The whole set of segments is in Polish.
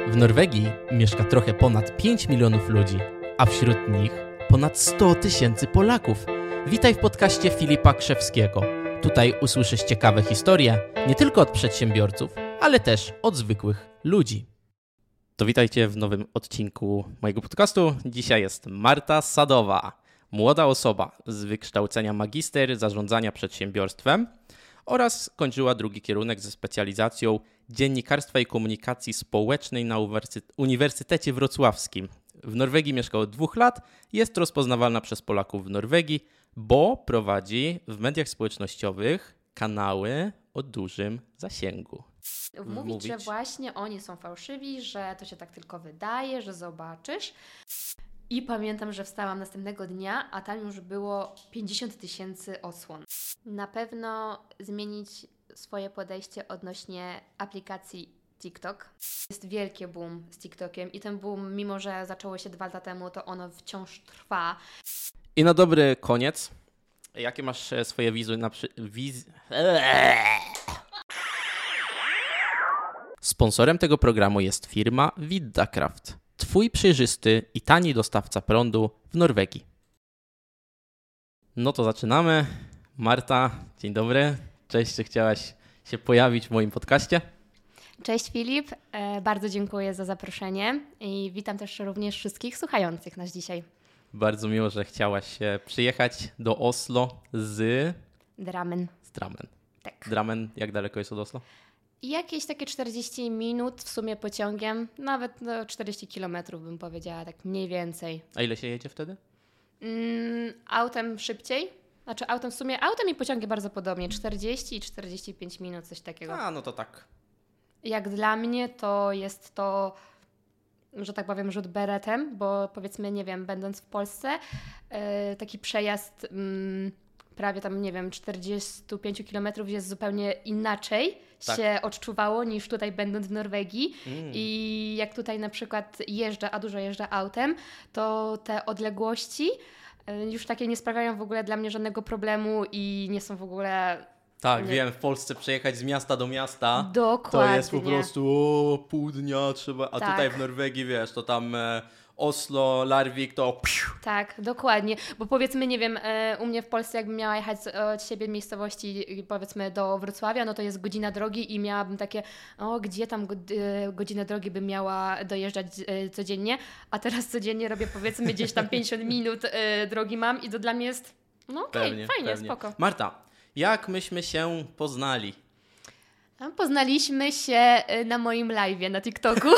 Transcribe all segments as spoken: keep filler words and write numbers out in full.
W Norwegii mieszka trochę ponad pięć milionów ludzi, a wśród nich ponad sto tysięcy Polaków. Witaj w podcaście Filipa Krzewskiego. Tutaj usłyszysz ciekawe historie nie tylko od przedsiębiorców, ale też od zwykłych ludzi. To witajcie w nowym odcinku mojego podcastu. Dzisiaj jest Marta Sadowa, młoda osoba z wykształcenia magister zarządzania przedsiębiorstwem oraz kończyła drugi kierunek ze specjalizacją dziennikarstwa i komunikacji społecznej na Uniwersytecie Wrocławskim. W Norwegii mieszka od dwóch lat, jest rozpoznawalna przez Polaków w Norwegii, bo prowadzi w mediach społecznościowych kanały o dużym zasięgu. Mówić, Mówić, że właśnie oni są fałszywi, że to się tak tylko wydaje, że zobaczysz. I pamiętam, że wstałam następnego dnia, a tam już było pięćdziesiąt tysięcy odsłon. Na pewno zmienić swoje podejście odnośnie aplikacji TikTok. Jest wielki boom z TikTokiem i ten boom, mimo że zaczęło się dwa lata temu, to ono wciąż trwa. I na dobry koniec, jakie masz swoje wizy na przy... wiz... Sponsorem tego programu jest firma Viddakraft. Twój przejrzysty i tani dostawca prądu w Norwegii. No to zaczynamy. Marta, dzień dobry. Cześć, czy chciałaś się pojawić w moim podcaście? Cześć Filip, e, bardzo dziękuję za zaproszenie i witam też również wszystkich słuchających nas dzisiaj. Bardzo miło, że chciałaś przyjechać do Oslo z... Drammen. Z Drammen. Tak. Drammen, jak daleko jest od Oslo? Jakieś takie czterdzieści minut w sumie pociągiem, nawet no czterdzieści kilometrów bym powiedziała, tak mniej więcej. A ile się jedzie wtedy? Mm, autem szybciej, znaczy autem w sumie, autem i pociągiem bardzo podobnie, czterdzieści i czterdzieści pięć minut, coś takiego. A, no to tak. Jak dla mnie to jest to, że tak powiem, rzut beretem, bo powiedzmy, nie wiem, będąc w Polsce, yy, taki przejazd... Yy, prawie tam, nie wiem, czterdzieści pięć kilometrów jest zupełnie inaczej tak. się odczuwało niż tutaj będąc w Norwegii. Mm. I jak tutaj na przykład jeżdżę, a dużo jeżdżę autem, to te odległości już takie nie sprawiają w ogóle dla mnie żadnego problemu i nie są w ogóle... Tak, nie... wiem, w Polsce przejechać z miasta do miasta, dokładnie. To jest po prostu o, pół dnia trzeba, a tak. tutaj w Norwegii, wiesz, to tam... E... Oslo, Larvik, to... Psiu. Tak, dokładnie, bo powiedzmy, nie wiem, u mnie w Polsce jakbym miała jechać od siebie miejscowości, powiedzmy do Wrocławia, no to jest godzina drogi i miałabym takie, o gdzie tam godzinę drogi bym miała dojeżdżać codziennie, a teraz codziennie robię powiedzmy gdzieś tam pięćdziesiąt minut drogi mam i to dla mnie jest, no okej, okay, fajnie, pewnie. Spoko. Marta, jak myśmy się poznali? Poznaliśmy się na moim live'ie na TikToku.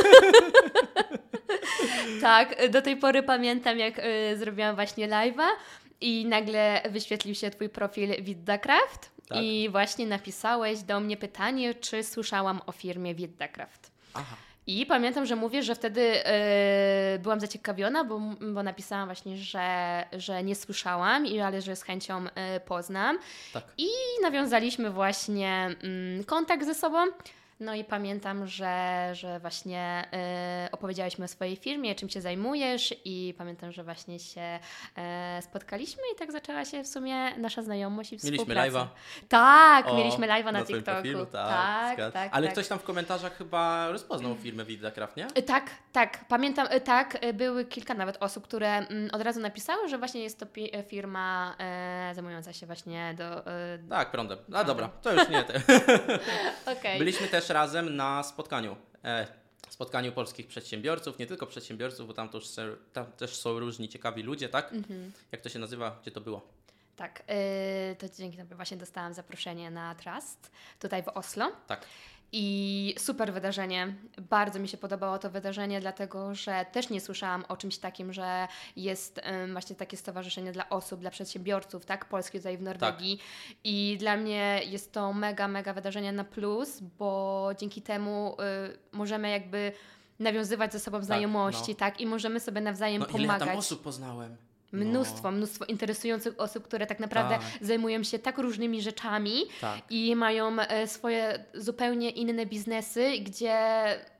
Tak, do tej pory pamiętam, jak y, zrobiłam właśnie live'a i nagle wyświetlił się Twój profil Viddakraft tak. i właśnie napisałeś do mnie pytanie, czy słyszałam o firmie Viddakraft. Aha. I pamiętam, że mówię, że wtedy y, byłam zaciekawiona, bo, bo napisałam właśnie, że, że nie słyszałam, i, ale że z chęcią y, poznam. Tak. I nawiązaliśmy właśnie y, kontakt ze sobą. No i pamiętam, że, że właśnie y, opowiedziałyśmy o swojej firmie, czym się zajmujesz i pamiętam, że właśnie się y, spotkaliśmy i tak zaczęła się w sumie nasza znajomość i współpraca. Mieliśmy live'a. Tak, o, mieliśmy live'a na, na TikToku. Profilu, tak, tak, tak. Ale tak. ktoś tam w komentarzach chyba rozpoznał firmę Viddakraft, nie? Y, tak, tak. Pamiętam, y, tak, y, były kilka nawet osób, które y, od razu napisały, że właśnie jest to pi- firma y, zajmująca się właśnie do... Y, tak, prądem. A dobra, to już nie te. Okay. Byliśmy też razem na spotkaniu. E, spotkaniu polskich przedsiębiorców, nie tylko przedsiębiorców, bo tam, to już, tam też są różni ciekawi ludzie, tak? Mm-hmm. Jak to się nazywa? Gdzie to było? Tak, yy, to dzięki temu właśnie dostałam zaproszenie na Trust tutaj w Oslo. Tak. I super wydarzenie. Bardzo mi się podobało to wydarzenie, dlatego że też nie słyszałam o czymś takim, że jest um, właśnie takie stowarzyszenie dla osób, dla przedsiębiorców, tak, polskie tutaj w Norwegii. Tak. I dla mnie jest to mega, mega wydarzenie na plus, bo dzięki temu y, możemy jakby nawiązywać ze sobą znajomości, tak, no. tak, i możemy sobie nawzajem no, pomagać. Ile tam osób poznałem? Mnóstwo, no. mnóstwo interesujących osób, które tak naprawdę tak. zajmują się tak różnymi rzeczami tak. i mają e, swoje zupełnie inne biznesy, gdzie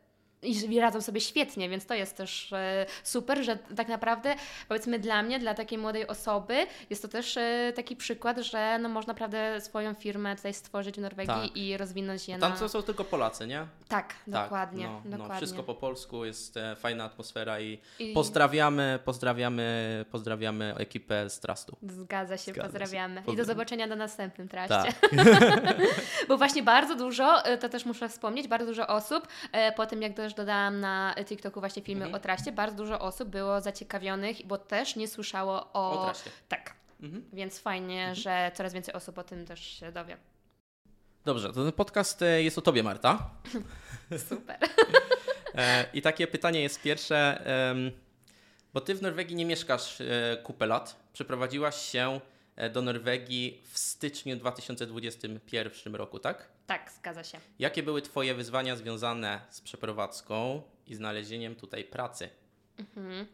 i radzą sobie świetnie, więc to jest też e, super, że tak naprawdę powiedzmy dla mnie, dla takiej młodej osoby jest to też e, taki przykład, że no można naprawdę swoją firmę tutaj stworzyć w Norwegii tak. i rozwinąć je Tam na... to są tylko Polacy, nie? Tak, dokładnie. Tak, no, dokładnie. no, wszystko po polsku, jest e, fajna atmosfera i, I... pozdrawiamy, pozdrawiamy, pozdrawiamy ekipę z Trustu. Zgadza się, Zgadza pozdrawiamy. się. I do zobaczenia na następnym traście. Tak. Bo właśnie bardzo dużo, to też muszę wspomnieć, bardzo dużo osób, po tym jak też dodałam na TikToku właśnie filmy mhm. o traście, bardzo dużo osób było zaciekawionych, bo też nie słyszało o... O traście. Tak. Mhm. Więc fajnie, mhm. że coraz więcej osób o tym też się dowie. Dobrze, to ten podcast jest o Tobie, Marta. Super. I takie pytanie jest pierwsze, bo Ty w Norwegii nie mieszkasz kupę lat. Przeprowadziłaś się do Norwegii w styczniu dwa tysiące dwudziestym pierwszym roku, tak? Tak, zgadza się. Jakie były Twoje wyzwania związane z przeprowadzką i znalezieniem tutaj pracy? Mhm.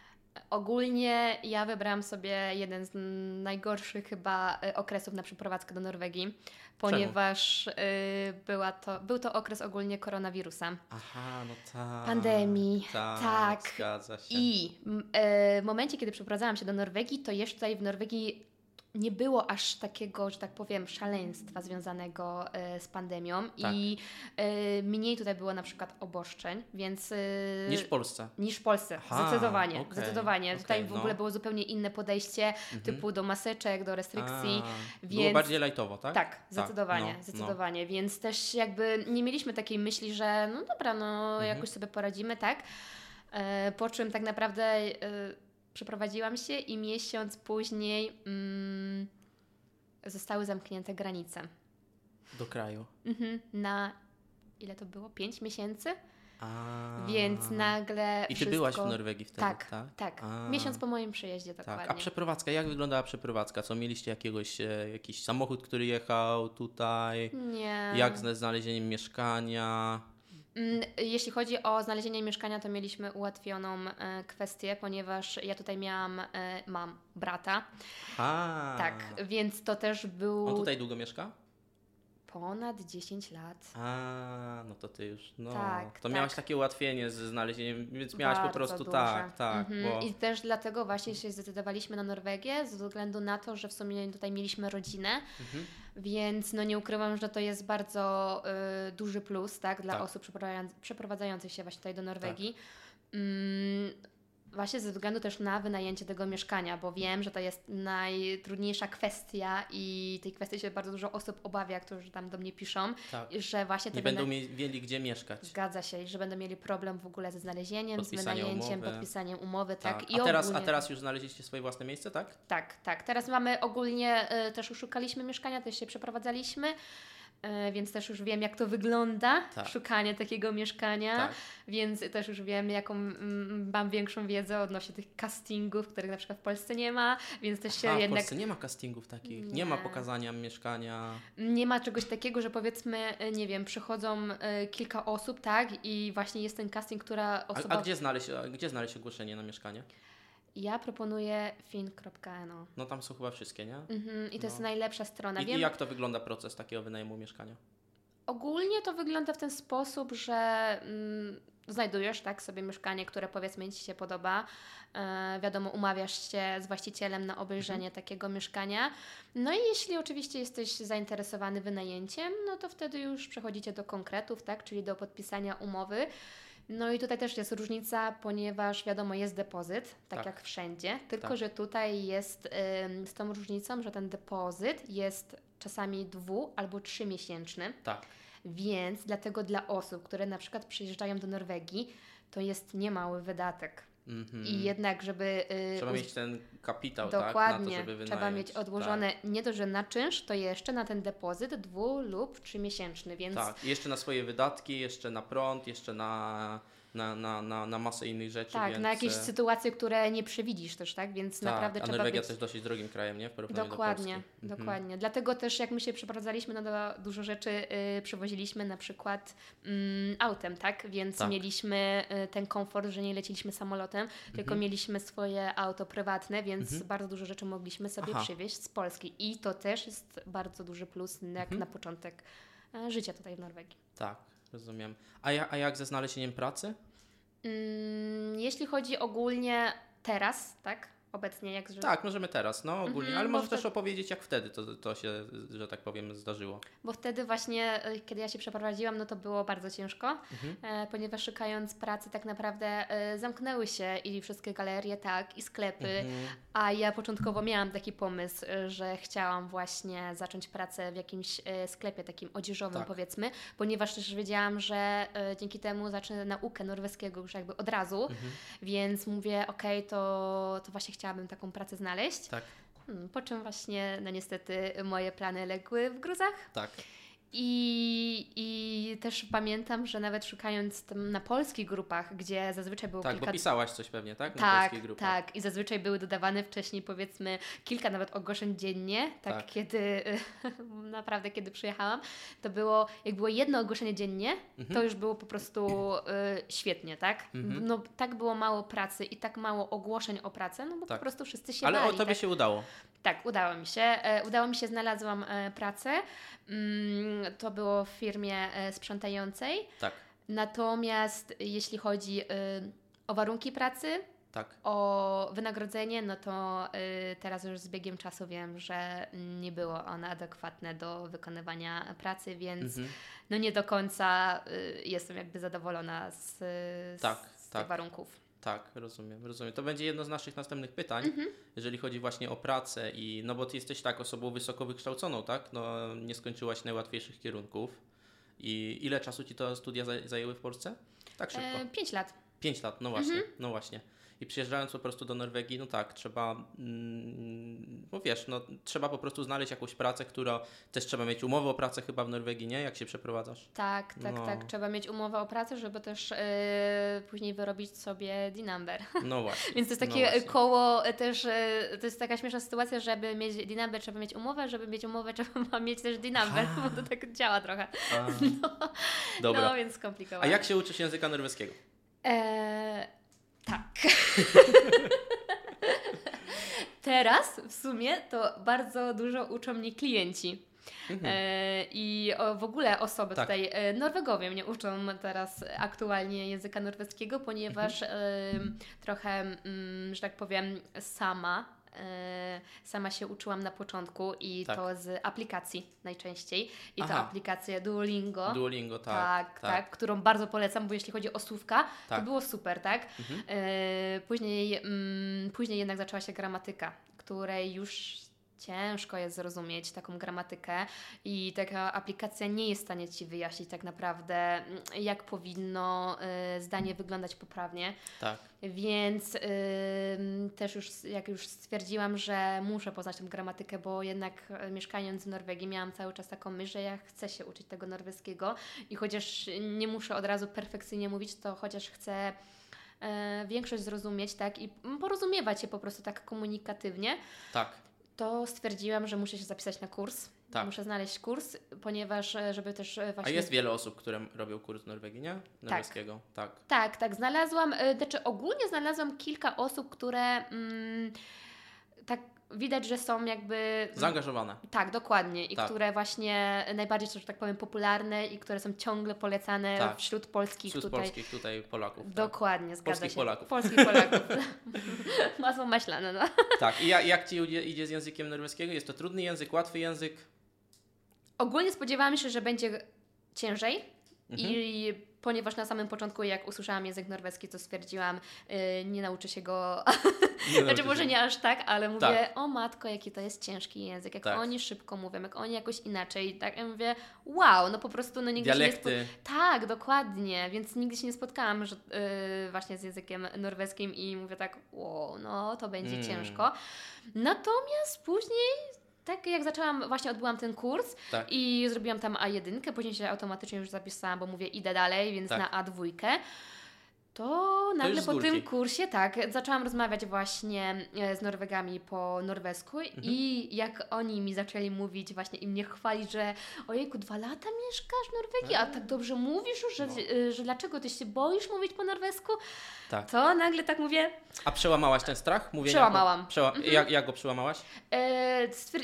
Ogólnie ja wybrałam sobie jeden z najgorszych chyba okresów na przeprowadzkę do Norwegii, ponieważ y, była to, był to okres ogólnie koronawirusa. Aha, no tak. Pandemii. Tak, tak. Zgadza się. I y, w momencie, kiedy przeprowadzałam się do Norwegii, to jeszcze tutaj w Norwegii nie było aż takiego, że tak powiem, szaleństwa związanego y, z pandemią tak. i y, mniej tutaj było na przykład obostrzeń, więc... Y, niż w Polsce. Niż w Polsce, Aha, zdecydowanie. Okay, zdecydowanie. okay, tutaj w no. ogóle było zupełnie inne podejście mhm. typu do maseczek, do restrykcji. A, więc... Było bardziej lajtowo, tak? Tak, zdecydowanie, tak, no, zdecydowanie. No. Więc też jakby nie mieliśmy takiej myśli, że no dobra, no mhm. jakoś sobie poradzimy, tak? E, po czym tak naprawdę e, przeprowadziłam się i miesiąc później mm, zostały zamknięte granice. Do kraju? Mhm, na ile to było? Pięć miesięcy? A, Więc nagle I Ty wszystko... byłaś w Norwegii wtedy, tak? Tak, tak. Miesiąc po moim przyjeździe dokładnie. Tak. A przeprowadzka, jak wyglądała przeprowadzka? Co, mieliście jakiegoś, e, jakiś samochód, który jechał tutaj? Nie. Jak z znalezieniem mieszkania? Jeśli chodzi o znalezienie mieszkania, to mieliśmy ułatwioną e, kwestię, ponieważ ja tutaj miałam, e, mam brata. A. Tak, więc to też był... On tutaj długo mieszka? Ponad dziesięć lat. A, no to Ty już, no. Tak, to tak. miałaś takie ułatwienie z znalezieniem, więc miałaś Bardzo po prostu duże. tak, tak. Mhm. Bo... I też dlatego właśnie się zdecydowaliśmy na Norwegię, ze względu na to, że w sumie tutaj mieliśmy rodzinę, mhm. więc no nie ukrywam, że to jest bardzo y, duży plus, tak, dla tak. osób przeprowadzających się właśnie tutaj do Norwegii. Tak. Mm, Właśnie ze względu też na wynajęcie tego mieszkania, bo wiem, że to jest najtrudniejsza kwestia i tej kwestii się bardzo dużo osób obawia, którzy tam do mnie piszą, tak. że właśnie... Nie będą wyna... mieli gdzie mieszkać. Zgadza się, i że będą mieli problem w ogóle ze znalezieniem, podpisanie z wynajęciem, umowy. podpisaniem umowy. Tak. tak. I a, teraz, ogólnie... a teraz już znaleźliście swoje własne miejsce, tak? Tak, tak. Teraz mamy ogólnie, y, też szukaliśmy mieszkania, też się przeprowadzaliśmy. Więc też już wiem, jak to wygląda, tak. szukanie takiego mieszkania, tak. więc też już wiem, jaką mm, mam większą wiedzę odnośnie tych castingów, których na przykład w Polsce nie ma, więc też się A, jednak... w Polsce nie ma castingów takich, nie. nie ma pokazania mieszkania. Nie ma czegoś takiego, że powiedzmy, nie wiem, przychodzą y, kilka osób, tak, i właśnie jest ten casting, która osoba... A, a gdzie znaleźć, a gdzie znaleźć ogłoszenie na mieszkanie? Ja proponuję fin kropka no. No tam są chyba wszystkie, nie? Mhm, i to no. jest najlepsza strona. I, Wiem, I jak to wygląda proces takiego wynajmu mieszkania? Ogólnie to wygląda w ten sposób, że mm, znajdujesz tak sobie mieszkanie, które powiedzmy Ci się podoba. E, wiadomo, umawiasz się z właścicielem na obejrzenie mhm. takiego mieszkania. No i jeśli oczywiście jesteś zainteresowany wynajęciem, no to wtedy już przechodzicie do konkretów, tak, czyli do podpisania umowy. No i tutaj też jest różnica, ponieważ wiadomo, jest depozyt, tak, tak. jak wszędzie, tylko tak. że tutaj jest ym, z tą różnicą, że ten depozyt jest czasami dwu- albo trzymiesięczny. Tak. Więc dlatego dla osób, które na przykład przyjeżdżają do Norwegii, to jest niemały wydatek. Mm-hmm. I jednak, żeby... Yy, trzeba uz... mieć ten kapitał, dokładnie, tak? Na to, żeby wynająć. Trzeba mieć odłożone tak. nie to, że na czynsz, to jeszcze na ten depozyt dwu- lub trzymiesięczny, więc... Tak, i jeszcze na swoje wydatki, jeszcze na prąd, jeszcze na... Na, na, na, na masę innych rzeczy. Tak, więc... na jakieś sytuacje, które nie przewidzisz też, tak? Więc tak, naprawdę a trzeba Norwegia być... też dosyć drogim krajem, nie? W porównaniu dokładnie, do Polski. Dokładnie. Mhm. Dlatego też jak my się przeprowadzaliśmy, no to dużo rzeczy y, przewoziliśmy na przykład y, autem, tak? Więc tak. mieliśmy y, ten komfort, że nie leciliśmy samolotem, mhm. tylko mieliśmy swoje auto prywatne, więc mhm. bardzo dużo rzeczy mogliśmy sobie Aha. przywieźć z Polski. I to też jest bardzo duży plus jak mhm. na początek y, życia tutaj w Norwegii. Tak. rozumiem. A, ja, a jak ze znalezieniem pracy? Mm, jeśli chodzi ogólnie teraz, tak? Obecnie jak... Że... Tak, możemy teraz, no ogólnie, Mhm, ale bo możesz wtedy- też opowiedzieć, jak wtedy to, to się, że tak powiem, zdarzyło. Bo wtedy właśnie, y, kiedy ja się przeprowadziłam, no to było bardzo ciężko, Mhm. e, ponieważ szukając pracy tak naprawdę e, zamknęły się i wszystkie galerie, tak, i sklepy, Mhm. a ja początkowo miałam taki pomysł, y, że chciałam właśnie zacząć pracę w jakimś e, sklepie takim odzieżowym, Tak. powiedzmy, ponieważ też wiedziałam, że e, dzięki temu zacznę naukę norweskiego już jakby od razu, Mhm. więc mówię, okej, to, to właśnie chciałabym taką pracę znaleźć. Tak, Hmm, po czym właśnie, no niestety, moje plany legły w gruzach. tak. I, I też pamiętam, że nawet szukając tam na polskich grupach, gdzie zazwyczaj było Tak, kilka... bo pisałaś coś pewnie, tak? Na Tak, polskich grupach. tak. I zazwyczaj były dodawane wcześniej powiedzmy kilka nawet ogłoszeń dziennie. Tak, Tak. kiedy naprawdę kiedy przyjechałam, to było, jak było jedno ogłoszenie dziennie, Mhm. to już było po prostu y, świetnie, tak? Mhm. No tak było mało pracy i tak mało ogłoszeń o pracę, no bo Tak. po prostu wszyscy się Ale bali. o tobie tak? się udało. Tak, udało mi się. E, udało mi się, znalazłam e, pracę. Mm, to było w firmie e, sprzątającej. Tak, Natomiast jeśli chodzi e, o warunki pracy, tak. o wynagrodzenie, no to y, teraz już z biegiem czasu wiem, że nie było one adekwatne do wykonywania pracy, więc Mhm. no nie do końca y, jestem jakby zadowolona z, z, Tak, z tak. tych warunków. Tak, rozumiem, rozumiem. To będzie jedno z naszych następnych pytań, Mhm. jeżeli chodzi właśnie o pracę i no bo ty jesteś tak osobą wysoko wykształconą, tak? No nie skończyłaś najłatwiejszych kierunków. I ile czasu ci to studia zaj- zajęły w Polsce? Tak szybko. E, pięć lat. Pięć lat, no właśnie, Mhm. no właśnie. I przyjeżdżając po prostu do Norwegii, no tak, trzeba, mm, no wiesz, no trzeba po prostu znaleźć jakąś pracę, która, też trzeba mieć umowę o pracę chyba w Norwegii, nie? Jak się przeprowadzasz? Tak, tak, No. tak. Trzeba mieć umowę o pracę, żeby też y, później wyrobić sobie D-number. No właśnie. Więc to jest no takie właśnie. koło y, też, y, to jest taka śmieszna sytuacja, żeby mieć D-number trzeba mieć umowę, żeby mieć umowę trzeba mieć też D-number, Aha. bo to tak działa trochę. A, No, dobra. no więc skomplikowane. A jak się uczysz języka norweskiego? Eee, tak. Teraz w sumie to bardzo dużo uczą mnie klienci. Mhm. E, I o, w ogóle osoby Tak. tutaj, e, Norwegowie mnie uczą teraz aktualnie języka norweskiego, ponieważ Mhm. e, trochę, mm, że tak powiem, sama, e, sama się uczyłam na początku i Tak. to z aplikacji najczęściej. I to Aha. aplikację Duolingo. Duolingo, tak. Tak, tak, którą bardzo polecam, bo jeśli chodzi o słówka, Tak. to było super, tak? Mhm. E, później, mm, później jednak zaczęła się gramatyka, której już ciężko jest zrozumieć taką gramatykę i taka aplikacja nie jest w stanie Ci wyjaśnić tak naprawdę, mm, jak powinno y, zdanie wyglądać poprawnie. Tak. Więc ym, też już, jak już stwierdziłam, że muszę poznać tę gramatykę, bo jednak e, mieszkając w Norwegii miałam cały czas taką myśl, że ja chcę się uczyć tego norweskiego i chociaż nie muszę od razu perfekcyjnie mówić, to chociaż chcę e, większość zrozumieć, tak, i porozumiewać się po prostu tak komunikatywnie, Tak. to stwierdziłam, że muszę się zapisać na kurs. Tak. Muszę znaleźć kurs, ponieważ e, żeby też e, A właśnie... jest wiele osób, które robią kurs Norwegii, nie? Norweskiego. Tak. Tak, tak, znalazłam, y, znaczy ogólnie znalazłam kilka osób, które mm, tak widać, że są jakby... Zaangażowane. Tak, dokładnie. I Tak. które właśnie najbardziej są, że tak powiem, popularne i które są ciągle polecane Tak. wśród polskich Wśród tutaj. polskich tutaj Polaków. Tak. Dokładnie, zgadza Polskich się. Polaków. Polskich Polaków. Masło maślane, no. Tak. I jak, jak Ci idzie, idzie z językiem norweskiego? Jest to trudny język, łatwy język? Ogólnie spodziewałam się, że będzie ciężej. Mhm. I ponieważ na samym początku, jak usłyszałam język norweski, to stwierdziłam, yy, nie nauczę się go. Nie Znaczy, nauczysz może się. nie aż tak, ale mówię, Tak. o matko, jaki to jest ciężki język, jak Tak. oni szybko mówią, jak oni jakoś inaczej. Tak, ja mówię, wow, no po prostu no nigdy się nie Dialekty. spo... Tak, dokładnie, więc nigdy się nie spotkałam że, yy, właśnie z językiem norweskim i mówię tak, wow, no to będzie Mm. ciężko. Natomiast później, tak jak zaczęłam, właśnie odbyłam ten kurs Tak. i zrobiłam tam A jeden, później się automatycznie już zapisałam, bo mówię, idę dalej, więc Tak. na A dwa. To nagle już z po górki. tym kursie, tak, zaczęłam rozmawiać właśnie e, z Norwegami po norwesku Mhm. i jak oni mi zaczęli mówić właśnie i mnie chwalić, że ojejku, dwa lata mieszkasz w Norwegii, a A. tak dobrze mówisz już, że, No. e, że dlaczego ty się boisz mówić po norwesku? Tak. To nagle tak mówię, A przełamałaś ten strach? Mówienia Przełamałam. Po... Przeła... Mhm. jak, jak go przełamałaś? e, stwier-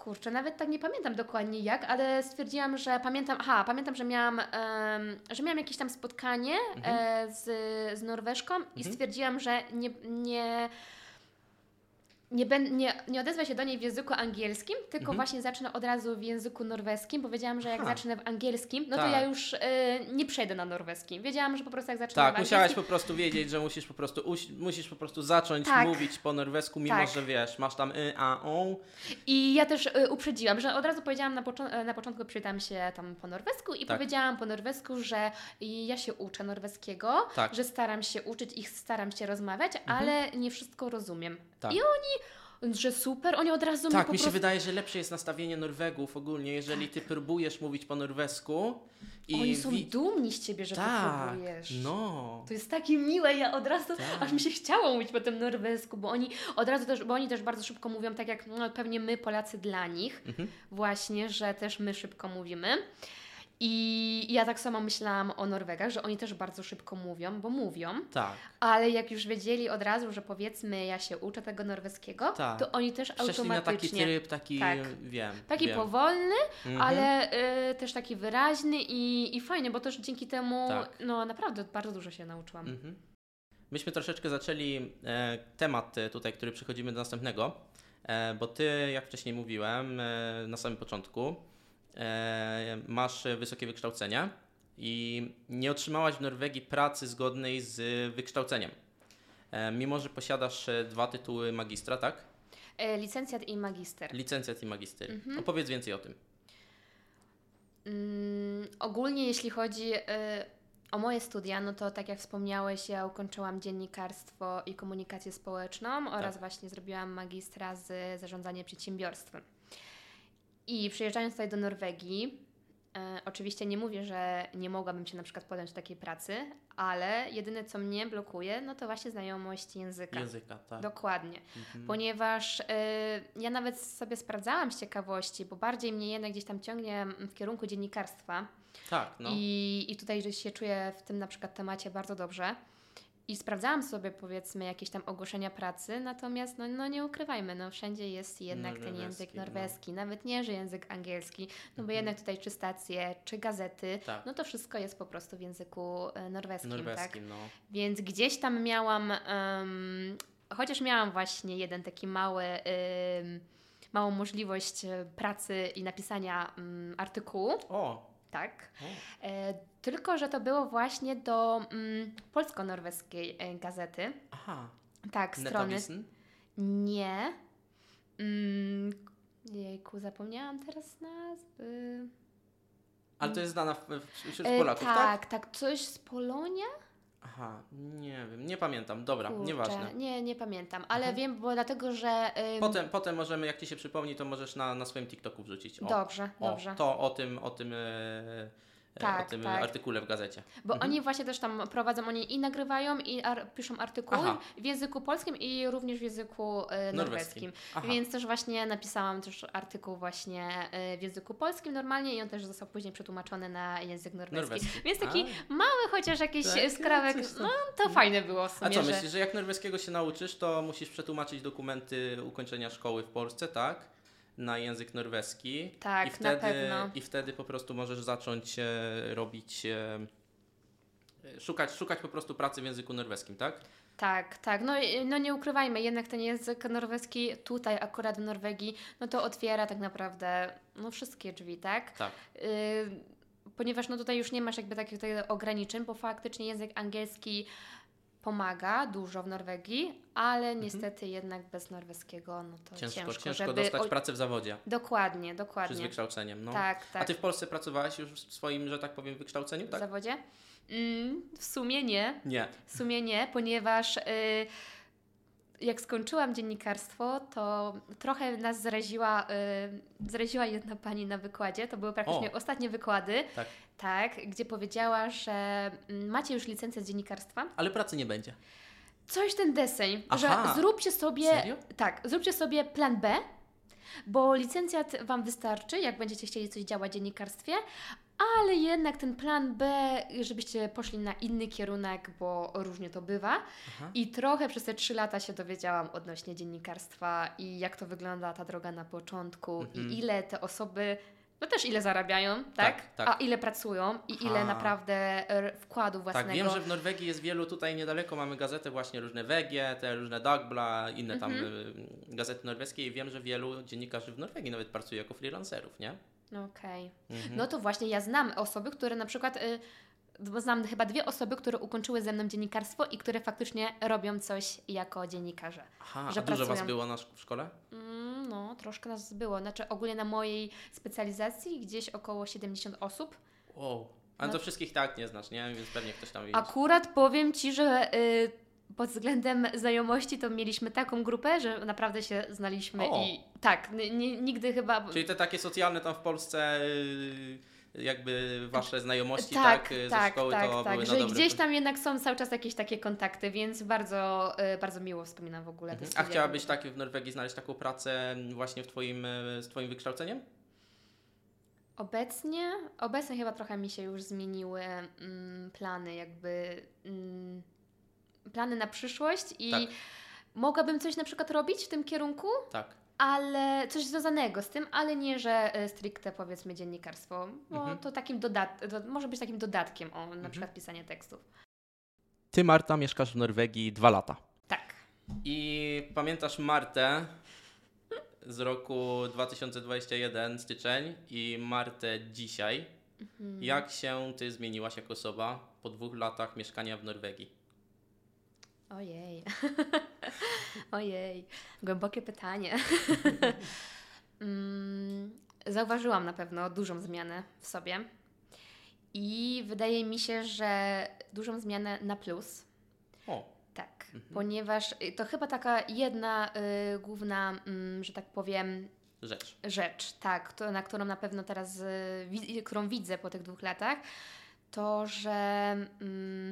Kurczę, nawet tak nie pamiętam dokładnie jak, ale stwierdziłam, że pamiętam, aha, pamiętam, że miałam, em, że miałam jakieś tam spotkanie Mhm. e, z, z Norweżką i Mhm. stwierdziłam, że nie, nie, nie, ben, nie, nie odezwę się do niej w języku angielskim, tylko Mhm. właśnie zacznę od razu w języku norweskim. Powiedziałam, że jak Aha. zacznę w angielskim, no to Tak. ja już e, nie przejdę na norweski. Wiedziałam, że po prostu jak zacznę Tak, w musiałaś angielskim... po prostu wiedzieć, że musisz po prostu, uś, musisz po prostu zacząć Tak. mówić po norwesku, mimo Tak. że wiesz, masz tam y, a, o. I ja też y, uprzedziłam, że od razu powiedziałam na, poczo- na początku, przywitam się tam po norwesku i Tak. powiedziałam po norwesku, że ja się uczę norweskiego, Tak. że staram się uczyć i staram się rozmawiać, ale nie wszystko rozumiem. Tak. I oni, że super, oni od razu Tak, mi po mi się prostu... wydaje, że lepsze jest nastawienie Norwegów ogólnie, jeżeli ty próbujesz mówić po norwesku i... Oni są wi- dumni z Ciebie, że to tak, próbujesz. no. To jest takie miłe, ja od razu, Tak. aż mi się chciało mówić po tym norwesku, bo oni od razu też, bo oni też bardzo szybko mówią, tak jak no, pewnie my Polacy dla nich, Mhm. właśnie, że też my szybko mówimy. I ja tak samo myślałam o Norwegach, że oni też bardzo szybko mówią, bo mówią, Tak. ale jak już wiedzieli od razu, że powiedzmy ja się uczę tego norweskiego, Tak. to oni też Przeszli na taki automatycznie... tryb, taki, Tak. wiem, Taki wiem. powolny, Mhm. ale y, też taki wyraźny i, i fajny, bo też dzięki temu Tak. no naprawdę bardzo dużo się nauczyłam. Mhm. Myśmy troszeczkę zaczęli e, temat e, tutaj, który przechodzimy do następnego, e, bo ty, jak wcześniej mówiłem e, na samym początku, e, masz e, wysokie wykształcenie i nie otrzymałaś w Norwegii pracy zgodnej z wykształceniem, e, mimo że posiadasz e, dwa tytuły magistra, tak? E, licencjat i magister. Licencjat i magister. Mhm. Opowiedz więcej o tym. Mm, ogólnie jeśli chodzi y, o moje studia, no to tak jak wspomniałeś, ja ukończyłam dziennikarstwo i komunikację społeczną oraz właśnie zrobiłam magistra z zarządzania przedsiębiorstwem. I przyjeżdżając tutaj do Norwegii, e, oczywiście nie mówię, że nie mogłabym się na przykład podjąć takiej pracy, ale jedyne co mnie blokuje, no to właśnie znajomość języka. Języka, tak. Dokładnie. Mhm. Ponieważ y, ja nawet sobie sprawdzałam z ciekawości, bo bardziej mnie jednak gdzieś tam ciągnie w kierunku dziennikarstwa Tak, no. i, i tutaj że się czuję w tym na przykład temacie bardzo dobrze. I sprawdzałam sobie powiedzmy jakieś tam ogłoszenia pracy, natomiast no, no nie ukrywajmy, no wszędzie jest jednak ten Norweski, język no. norweski, nawet nie, że język angielski, no bo Mhm. jednak tutaj czy stacje, czy gazety, Tak. no to wszystko jest po prostu w języku e, norweskim, tak? Norweskim, no. Więc gdzieś tam miałam, em, chociaż miałam właśnie jeden taki mały, em, małą możliwość e, pracy i napisania em, artykułu, O, tak. o. E, tylko, że to było właśnie do mm, polsko-norweskiej e, gazety. Aha. Tak, strony. Netavisen? Nie. Mm, jejku, zapomniałam teraz nazwy. Ale to jest znana w, w, wśród E, Polaków, tak? tak, tak, coś z Polonia? Aha, nie wiem, nie pamiętam. Dobra, Kurczę, nieważne. Nie, nie pamiętam, ale Aha. wiem, bo dlatego, że... ym, Potem, potem możemy, jak Ci się przypomni, to możesz na, na swoim TikToku wrzucić. O, Dobrze, o, dobrze. To o tym, o tym, e, Tak, o tym tak. artykule w gazecie. Bo Mhm. oni właśnie też tam prowadzą, oni i nagrywają, i ar- piszą artykuły Aha. w języku polskim i również w języku e, norweskim. Aha. Więc też właśnie napisałam też artykuł właśnie e, w języku polskim normalnie i on też został później przetłumaczony na język norweski. Norweski. Więc taki A. mały chociaż jakiś Tak, skrawek, coś tam. no to fajne było w sumie, A co że... myślisz, że jak norweskiego się nauczysz, to musisz przetłumaczyć dokumenty ukończenia szkoły w Polsce, tak? Na język norweski. Tak, I na wtedy, pewno. I wtedy po prostu możesz zacząć e, robić, e, szukać, szukać po prostu pracy w języku norweskim, tak? Tak, tak. No, i- no nie ukrywajmy, jednak ten język norweski tutaj akurat w Norwegii, no to otwiera tak naprawdę no, wszystkie drzwi, tak? Tak. Y, ponieważ no tutaj już nie masz jakby takich tutaj ograniczeń, bo faktycznie język angielski pomaga dużo w Norwegii, ale niestety jednak bez norweskiego no to Ciężko, ciężko, ciężko żeby... dostać o- pracę w zawodzie. Dokładnie, Czy z dokładnie. wykształceniem, no. Tak, tak. A Ty w Polsce pracowałaś już w swoim, że tak powiem, wykształceniu, W tak? zawodzie? Mm, w sumie nie. Nie. W sumie nie, ponieważ y, jak skończyłam dziennikarstwo, to trochę nas zraziła, y, zraziła jedna pani na wykładzie. To były praktycznie O. ostatnie wykłady, Tak. tak, gdzie powiedziała, że mm, macie już licencję z dziennikarstwa. Ale pracy nie będzie. Coś ten deseń, Aha. że zróbcie sobie, Serio? tak, zróbcie sobie plan B, bo licencjat Wam wystarczy, jak będziecie chcieli coś działać w dziennikarstwie, ale jednak ten plan B, żebyście poszli na inny kierunek, bo różnie to bywa. Aha. I trochę przez te trzy lata się dowiedziałam odnośnie dziennikarstwa i jak to wygląda ta droga na początku Mhm. i ile te osoby, no też ile zarabiają, tak? Tak, tak. A ile pracują i ile Aha. naprawdę r- wkładu własnego. Tak, wiem, że w Norwegii jest wielu, tutaj niedaleko mamy gazety właśnie różne W G, te różne Dagbla, inne tam Mhm. y, gazety norweskie i wiem, że wielu dziennikarzy w Norwegii nawet pracuje jako freelancerów, nie? Okej. Mhm. No to właśnie ja znam osoby, które na przykład, y, bo znam chyba dwie osoby, które ukończyły ze mną dziennikarstwo i które faktycznie robią coś jako dziennikarze. Aha, że a dużo was pracują. było na szk- w szkole? Mm, no, troszkę nas było. Znaczy ogólnie na mojej specjalizacji gdzieś około siedemdziesiąt osób. Wow. Ale No. to wszystkich tak nie znasz, nie? Więc pewnie ktoś tam widzi. Akurat powiem Ci, że y, pod względem znajomości to mieliśmy taką grupę, że naprawdę się znaliśmy O. i tak, n- n- nigdy chyba... Czyli te takie socjalne tam w Polsce y, jakby wasze znajomości, tak, tak, y, ze tak, szkoły tak, to tak, były że na dobre. gdzieś tam jednak są cały czas jakieś takie kontakty, więc bardzo, y, bardzo miło wspominam w ogóle te Mhm. A studia. chciałabyś tak w Norwegii znaleźć taką pracę właśnie w twoim, y, z twoim wykształceniem? Obecnie, obecnie chyba trochę mi się już zmieniły mm, plany, jakby mm, plany na przyszłość i Tak. mogłabym coś na przykład robić w tym kierunku, Tak. ale coś związanego z tym, ale nie, że y, stricte powiedzmy dziennikarstwo, bo Mhm. to takim dodat- to może być takim dodatkiem, o na przykład pisanie tekstów. Ty, Marta, mieszkasz w Norwegii dwa lata. Tak. I pamiętasz Martę z roku dwa tysiące dwudziesty pierwszy, styczeń, i Martę dzisiaj. Mhm. Jak się ty zmieniłaś jako osoba po dwóch latach mieszkania w Norwegii? Ojej. Ojej. Głębokie pytanie. mm, zauważyłam na pewno dużą zmianę w sobie. I wydaje mi się, że dużą zmianę na plus. O, Tak, Mhm. ponieważ y, to chyba taka jedna y, główna, mm, że tak powiem, rzecz. rzecz, tak, to, na którą na pewno teraz, y, wi- którą widzę po tych dwóch latach, to, że, mm,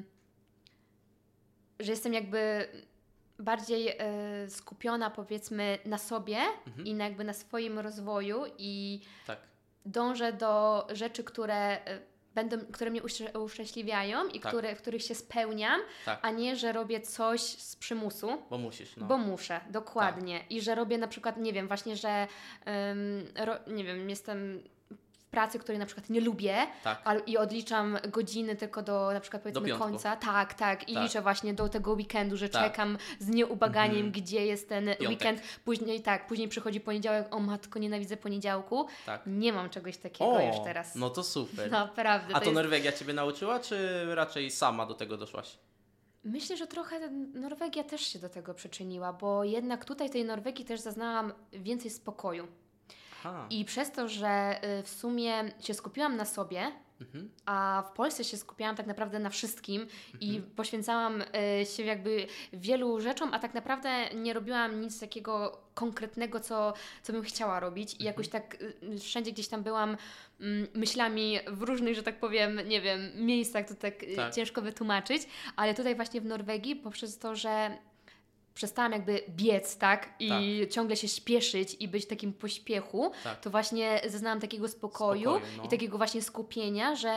że jestem jakby bardziej y, skupiona powiedzmy na sobie Mhm. i na jakby na swoim rozwoju i Tak. dążę do rzeczy, które y, będą, które mnie uszczę- uszczęśliwiają i Tak. które, w których się spełniam, Tak. a nie, że robię coś z przymusu. Bo musisz, no. Bo muszę, dokładnie. I że robię na przykład, nie wiem, właśnie, że ym, ro, nie wiem, jestem w pracy, której na przykład nie lubię, Tak. ale i odliczam godziny tylko do na przykład powiedzmy piątku. końca. Tak, tak. I Tak. liczę właśnie do tego weekendu, że Tak. czekam z nieubaganiem, Mhm. gdzie jest ten Piątek. weekend. Później tak, później przychodzi poniedziałek, o matko, nienawidzę poniedziałku. Tak. Nie mam czegoś takiego O, już teraz. no to super. Naprawdę. A to jest... Norwegia ciebie nauczyła, czy raczej sama do tego doszłaś? Myślę, że trochę Norwegia też się do tego przyczyniła, bo jednak tutaj tej Norwegii też zaznałam więcej spokoju. Aha. I przez to, że y, w sumie się skupiłam na sobie, Mhm. a w Polsce się skupiałam tak naprawdę na wszystkim i Mhm. poświęcałam y, się jakby wielu rzeczom, a tak naprawdę nie robiłam nic takiego konkretnego, co, co bym chciała robić. I jakoś tak y, wszędzie gdzieś tam byłam mm, myślami w różnych, że tak powiem, nie wiem, miejscach, to tak, y, Tak. ciężko wytłumaczyć, ale tutaj właśnie w Norwegii poprzez to, że przestałam jakby biec, tak? I ciągle się śpieszyć i być w takim pośpiechu, Tak. to właśnie zaznałam takiego spokoju, Spokoju, no. i takiego właśnie skupienia, że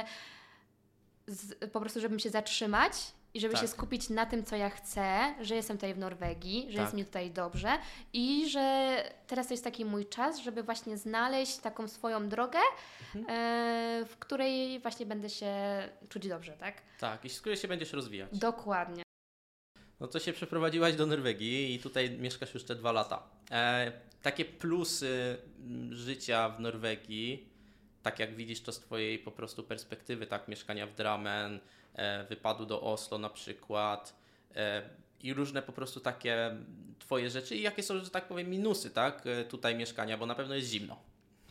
z, po prostu, żebym się zatrzymać i żeby Tak. się skupić na tym, co ja chcę, że jestem tutaj w Norwegii, że Tak. jest mi tutaj dobrze i że teraz to jest taki mój czas, żeby właśnie znaleźć taką swoją drogę, Mhm. e, w której właśnie będę się czuć dobrze, tak? Tak, i z której się będziesz rozwijać. Dokładnie. No to się przeprowadziłaś do Norwegii i tutaj mieszkasz już te dwa lata. E, takie plusy mm, życia w Norwegii, tak jak widzisz to z twojej po prostu perspektywy, tak, mieszkania w Drammen, e, wypadu do Oslo na przykład, e, i różne po prostu takie twoje rzeczy i jakie są, że tak powiem, minusy, tak, e, tutaj mieszkania, bo na pewno jest zimno.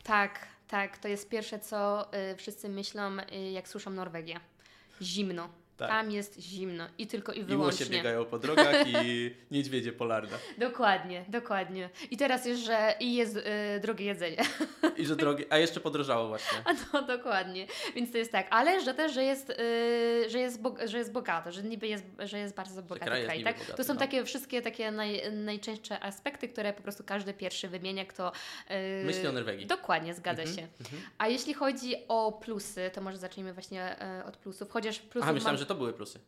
Tak, tak, to jest pierwsze, co y, wszyscy myślą, y, jak słyszą Norwegię. Zimno. Tak. Tam jest zimno i tylko i wyłącznie. I łosie biegają po drogach i niedźwiedzie polarne. Dokładnie, dokładnie. I teraz jest, że i jest y, drogie jedzenie. I że drogie, a jeszcze podrożało właśnie. A no dokładnie. Więc to jest tak, ale że też, że jest, y, że jest, bo, że jest bogato, że niby jest, że jest bardzo bogaty kraj. kraj tak? Bogaty, to są no. takie wszystkie takie naj, najczęstsze aspekty, które po prostu każdy pierwszy wymienia, kto... Yy, Myśli o Norwegii. Dokładnie, zgadza mm-hmm, się. Mm-hmm. A jeśli chodzi o plusy, to może zacznijmy właśnie yy, od plusów. Chociaż plusów Aha, myślałam, mam... że to były plusy.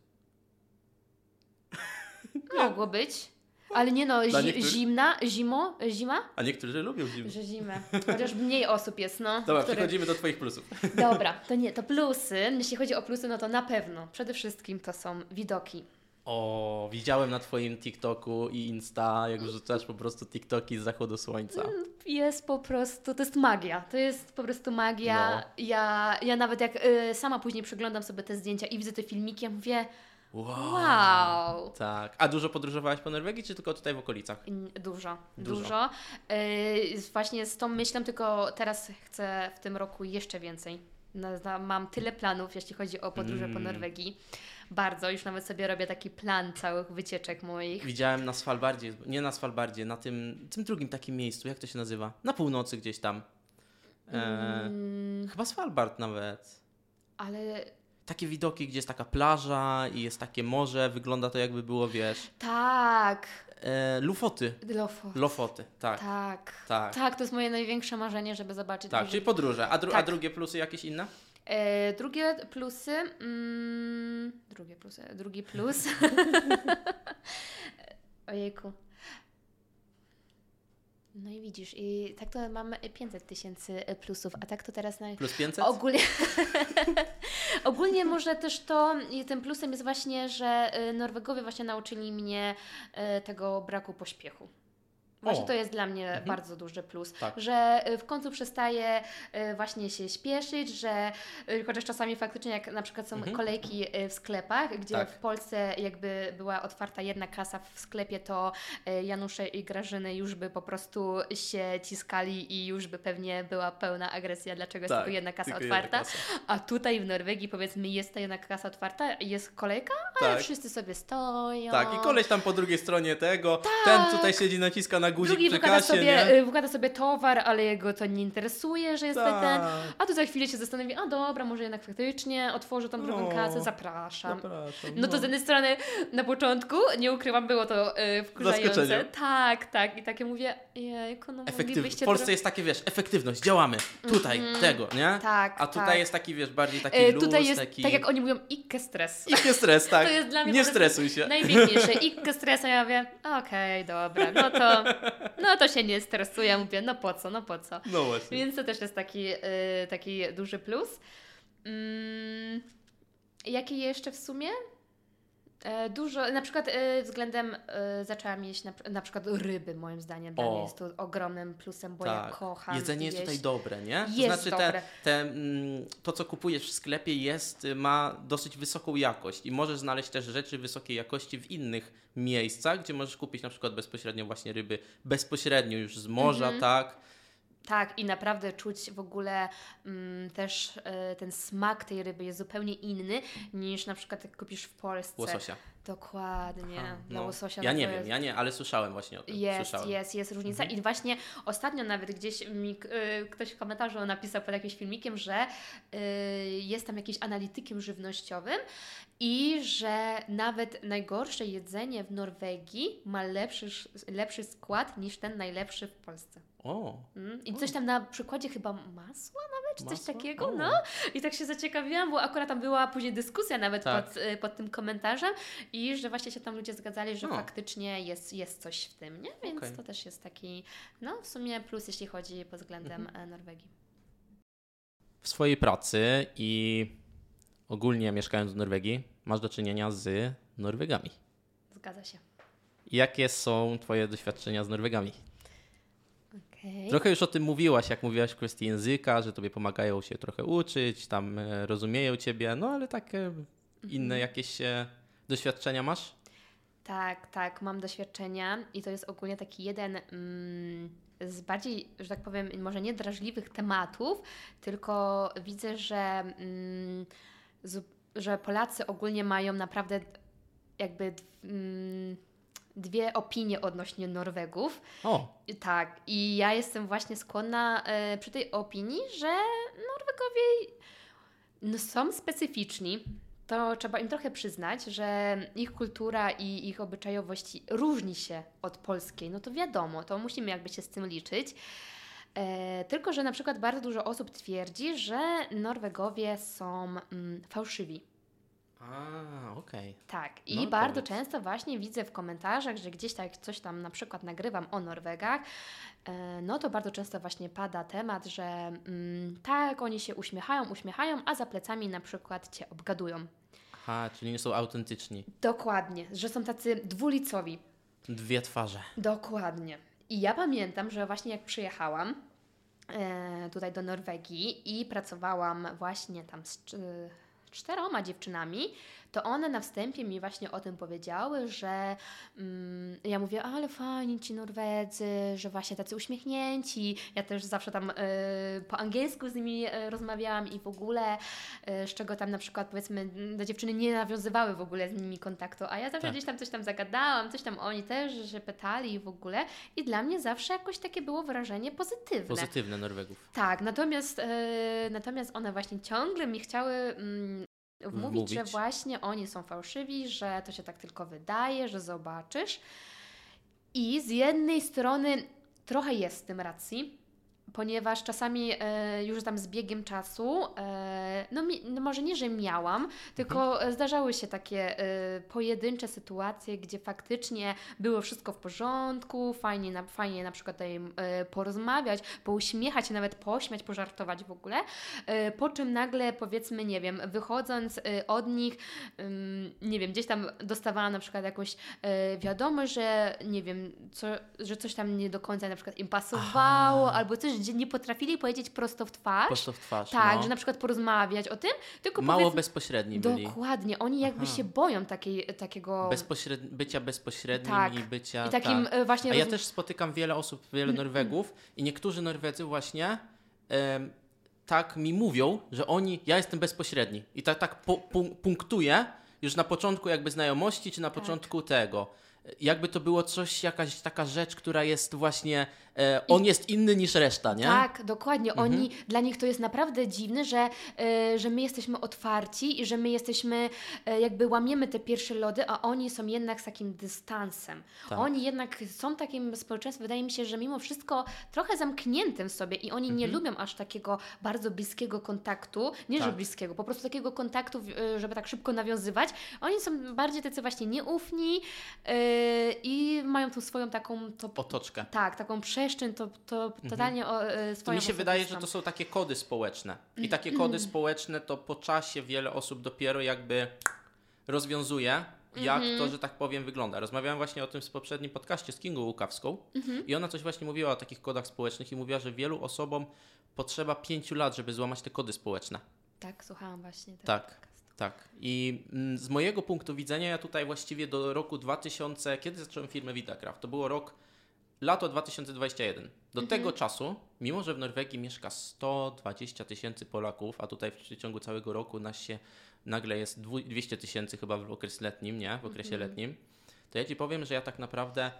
Mogło być. Ale nie no, zi- zimna, zimo, zima? A niektórzy lubią zimę. Że zimę. Chociaż mniej osób jest, no. Dobra, który... przechodzimy do Twoich plusów. Dobra, to nie, to plusy. Jeśli chodzi o plusy, no to na pewno przede wszystkim to są widoki. O, widziałem na Twoim TikToku i Insta, jak wrzucasz po prostu TikToki z zachodu słońca. Jest po prostu, to jest magia. To jest po prostu magia. No. Ja, ja nawet jak y, sama później przeglądam sobie te zdjęcia i widzę te filmiki, ja mówię... Wow. wow! Tak. A dużo podróżowałaś po Norwegii, czy tylko tutaj w okolicach? Dużo, dużo. dużo. Yy, właśnie z tą myślą, tylko teraz chcę w tym roku jeszcze więcej. Mam tyle planów, jeśli chodzi o podróże mm. po Norwegii. Bardzo, już nawet sobie robię taki plan całych wycieczek moich. Widziałem na Svalbardzie, nie na Svalbardzie, na tym, tym drugim takim miejscu, jak to się nazywa? Na północy gdzieś tam. E, mm. Chyba Svalbard nawet. Ale... Takie widoki, gdzie jest taka plaża i jest takie morze, wygląda to jakby było, wiesz... Tak. E, Lufoty. Lofoty. Lofoty, tak. Tak. Tak. Tak, to jest moje największe marzenie, żeby zobaczyć. Tak, czyli podróże. A, dru- tak. a drugie plusy jakieś inne? E, drugie plusy... Mm, drugie plusy... Drugi plus... Ojejku. No i widzisz, i tak to mamy pięćset tysięcy plusów, a tak to teraz... Na... Plus pięćset? Ogólnie... Ogólnie może też to, i tym plusem jest właśnie, że Norwegowie właśnie nauczyli mnie tego braku pośpiechu. Właśnie o. to jest dla mnie mhm. bardzo duży plus, tak. że w końcu przestaję właśnie się śpieszyć, że chociaż czasami faktycznie jak na przykład są mhm. kolejki w sklepach, gdzie tak. w Polsce jakby była otwarta jedna kasa w sklepie, to Janusze i Grażyny już by po prostu się ciskali i już by pewnie była pełna agresja, dlaczego tak, jest tylko jedna kasa tylko otwarta, jedna kasa. A tutaj w Norwegii powiedzmy jest ta jedna kasa otwarta, jest kolejka, ale tak. wszyscy sobie stoją. Tak, i koleś tam po drugiej stronie tego, tak. ten tutaj siedzi, naciska na guzik Drugi przy wykłada, kasie, sobie, nie? wykłada sobie towar, ale jego to nie interesuje, że jest tak. ten, a tu za chwilę się zastanowi, a dobra, może jednak faktycznie otworzę tą drugą no, kasę, zapraszam. zapraszam. No. no to z jednej strony na początku, nie ukrywam, było to yy, wkurzające. Tak, tak. I takie mówię, jejku, no Efektyw- W Polsce dro- jest takie, wiesz, efektywność, działamy, tutaj, mm-hmm. tego, nie? Tak, A tutaj tak. jest taki, wiesz, bardziej taki yy, luz, tutaj jest, taki... tak jak oni mówią, ikke stres. Ikke stres, tak. To jest dla mnie nie stresuj się. Najpiękniejsze. Ikke stres, a ja mówię, okej, okay, dobra, no to, no to się nie stresuję, mówię, no po co, no po co. No właśnie. Więc to też jest taki, yy, taki duży plus. Yy, jaki jeszcze w sumie? E, dużo, na przykład e, względem e, zaczęłam jeść na, na przykład ryby, moim zdaniem. Dla mnie jest to ogromnym plusem, bo tak. ja kocham jedzenie jeść. jest tutaj dobre, nie? To jest znaczy dobre. Te, te, to, co kupujesz w sklepie jest, ma dosyć wysoką jakość i możesz znaleźć też rzeczy wysokiej jakości w innych miejscach, gdzie możesz kupić na przykład bezpośrednio właśnie ryby, bezpośrednio już z morza, mhm. tak? Tak, i naprawdę czuć w ogóle mm, też y, ten smak tej ryby jest zupełnie inny niż na przykład jak kupisz w Polsce. Łososia. Dokładnie. Aha, Dla no. łososia. Ja no nie jest... wiem, ja nie, ale słyszałem właśnie o tym. Jest, słyszałem. jest, jest różnica. Mhm. I właśnie ostatnio nawet gdzieś mi y, ktoś w komentarzu napisał pod jakimś filmikiem, że y, jest tam jakiś analitykiem żywnościowym i że nawet najgorsze jedzenie w Norwegii ma lepszy, lepszy skład niż ten najlepszy w Polsce. O. Mm. I coś tam na przykładzie chyba masła nawet, czy masła? coś takiego, o. no. I tak się zaciekawiłam, bo akurat tam była później dyskusja nawet tak. pod, pod tym komentarzem i że właśnie się tam ludzie zgadzali, że o. faktycznie jest, jest coś w tym, nie? Więc okay. to też jest taki, no w sumie plus, jeśli chodzi pod względem mhm. Norwegii. W swojej pracy i ogólnie mieszkając w Norwegii masz do czynienia z Norwegami. Zgadza się. Jakie są Twoje doświadczenia z Norwegami? Okay. Trochę już o tym mówiłaś, jak mówiłaś w kwestii języka, że Tobie pomagają się trochę uczyć, tam e, rozumieją Ciebie, no ale takie e, inne mm-hmm. jakieś e, doświadczenia masz? Tak, tak, mam doświadczenia i to jest ogólnie taki jeden mm, z bardziej, że tak powiem, może nie drażliwych tematów, tylko widzę, że mm, z, że Polacy ogólnie mają naprawdę jakby mm, dwie opinie odnośnie Norwegów. O. Tak, i ja jestem właśnie skłonna e, przy tej opinii, że Norwegowie no, są specyficzni. To trzeba im trochę przyznać, że ich kultura i ich obyczajowość różni się od polskiej. No to wiadomo, to musimy jakby się z tym liczyć. E, tylko, że na przykład bardzo dużo osób twierdzi, że Norwegowie są mm, fałszywi. A, okej. Okay. Tak, i no, bardzo powiedz. często właśnie widzę w komentarzach, że gdzieś tak coś tam na przykład nagrywam o Norwegach, e, no to bardzo często właśnie pada temat, że mm, tak, oni się uśmiechają, uśmiechają, a za plecami na przykład Cię obgadują. Aha, czyli nie są autentyczni. Dokładnie, że są tacy dwulicowi. Dwie twarze. Dokładnie. I ja pamiętam, że właśnie jak przyjechałam e, tutaj do Norwegii i pracowałam właśnie tam z e, czteroma dziewczynami, to one na wstępie mi właśnie o tym powiedziały, że mm, ja mówię, ale fajni ci Norwedzy, że właśnie tacy uśmiechnięci. Ja też zawsze tam y, po angielsku z nimi y, rozmawiałam i w ogóle, y, z czego tam na przykład powiedzmy do dziewczyny nie nawiązywały w ogóle z nimi kontaktu, a ja zawsze tak. gdzieś tam coś tam zagadałam, coś tam oni też się pytali w ogóle i dla mnie zawsze jakoś takie było wrażenie pozytywne. Pozytywne Norwegów. Tak, natomiast, y, natomiast one właśnie ciągle mi chciały mm, Wmówić, Wmówić, że właśnie oni są fałszywi, że to się tak tylko wydaje, że zobaczysz. I z jednej strony trochę jest w tym racji, ponieważ czasami e, już tam z biegiem czasu, e, no, mi, no może nie, że miałam, tylko mhm. zdarzały się takie e, pojedyncze sytuacje, gdzie faktycznie było wszystko w porządku, fajnie na, fajnie na przykład tutaj e, porozmawiać, pouśmiechać się, nawet pośmiać, pożartować w ogóle, e, po czym nagle powiedzmy, nie wiem, wychodząc e, od nich, e, nie wiem, gdzieś tam dostawałam na przykład jakąś e, wiadomość, że nie wiem, co, że coś tam nie do końca na przykład im pasowało, Aha. albo coś, gdzie nie potrafili powiedzieć prosto w twarz. Prosto w twarz, Tak, no. że na przykład porozmawiać o tym, tylko Mało powiedz... bezpośredni byli. Dokładnie, oni jakby Aha. się boją takiej, takiego... Bezpośred... Bycia bezpośrednim tak. i bycia... I takim tak. właśnie... A ja też spotykam wiele osób, wiele Norwegów i niektórzy Norwedzy właśnie em, tak mi mówią, że oni, ja jestem bezpośredni i tak, tak pu- pu- punktuję już na początku jakby znajomości, czy na tak. początku tego. Jakby to było coś, jakaś taka rzecz, która jest właśnie, e, on I, jest inny niż reszta, nie? Tak, dokładnie. Mhm. Oni, dla nich to jest naprawdę dziwne, że, e, że my jesteśmy otwarci i że my jesteśmy, e, jakby łamiemy te pierwsze lody, a oni są jednak z takim dystansem. Tak. Oni jednak są takim społeczeństwem, wydaje mi się, że mimo wszystko trochę zamkniętym w sobie i oni mhm. nie lubią aż takiego bardzo bliskiego kontaktu, nie tak. że bliskiego, po prostu takiego kontaktu, żeby tak szybko nawiązywać. Oni są bardziej tacy właśnie nieufni, e, i mają tą swoją taką... To, otoczkę. Tak, taką przestrzeń, to, to totalnie mhm. o, e, swoją to mi się wydaje, że to są takie kody społeczne. I takie kody społeczne to po czasie wiele osób dopiero jakby rozwiązuje, jak mhm. to, że tak powiem, wygląda. Rozmawiałam właśnie o tym w poprzednim podcaście z Kingą Łukawską mhm. i ona coś właśnie mówiła o takich kodach społecznych i mówiła, że wielu osobom potrzeba pięciu lat, żeby złamać te kody społeczne. Tak, słuchałam właśnie. Tak. Tak. I z mojego punktu widzenia ja tutaj właściwie do roku dwa tysiące... Kiedy zacząłem firmę Vidakraft? To było rok... Lato dwa tysiące dwudziesty pierwszy. Do mhm. tego czasu, mimo że w Norwegii mieszka sto dwadzieścia tysięcy Polaków, a tutaj w przeciągu całego roku nas się nagle jest dwieście tysięcy chyba w okresie letnim, nie? W okresie mhm. letnim. To ja Ci powiem, że ja tak naprawdę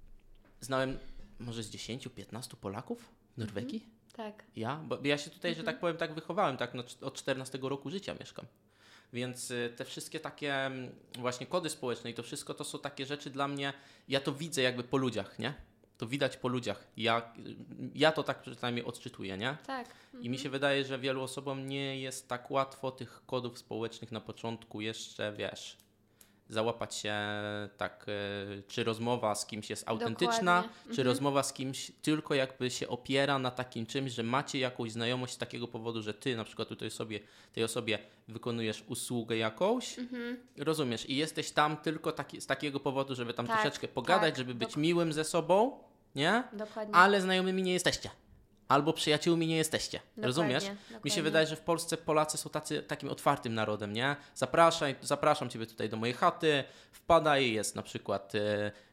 znałem może z dziesięć piętnaście Polaków w Norwegii. Mhm. Tak. Ja? Bo ja się tutaj, mhm. że tak powiem, tak wychowałem. Tak no, od czternastego roku życia mieszkam. Więc te wszystkie takie właśnie kody społeczne i to wszystko to są takie rzeczy dla mnie, ja to widzę jakby po ludziach, nie? To widać po ludziach. Ja, ja to tak przynajmniej odczytuję, nie? Tak. I mhm. mi się wydaje, że wielu osobom nie jest tak łatwo tych kodów społecznych na początku jeszcze, wiesz, załapać się tak, czy rozmowa z kimś jest autentyczna, Dokładnie. czy mhm. rozmowa z kimś tylko jakby się opiera na takim czymś, że macie jakąś znajomość z takiego powodu, że ty na przykład tutaj sobie, tej osobie wykonujesz usługę jakąś, mhm. rozumiesz, i jesteś tam tylko taki, z takiego powodu, żeby tam tak, troszeczkę pogadać, tak, żeby być dok- miłym ze sobą, nie? Dokładnie. Ale znajomymi nie jesteście. Albo przyjaciółmi nie jesteście. Dokładnie, rozumiesz? Dokładnie. Mi się wydaje, że w Polsce Polacy są tacy, takim otwartym narodem, nie? Zapraszaj, zapraszam Ciebie tutaj do mojej chaty, wpadaj, jest na przykład,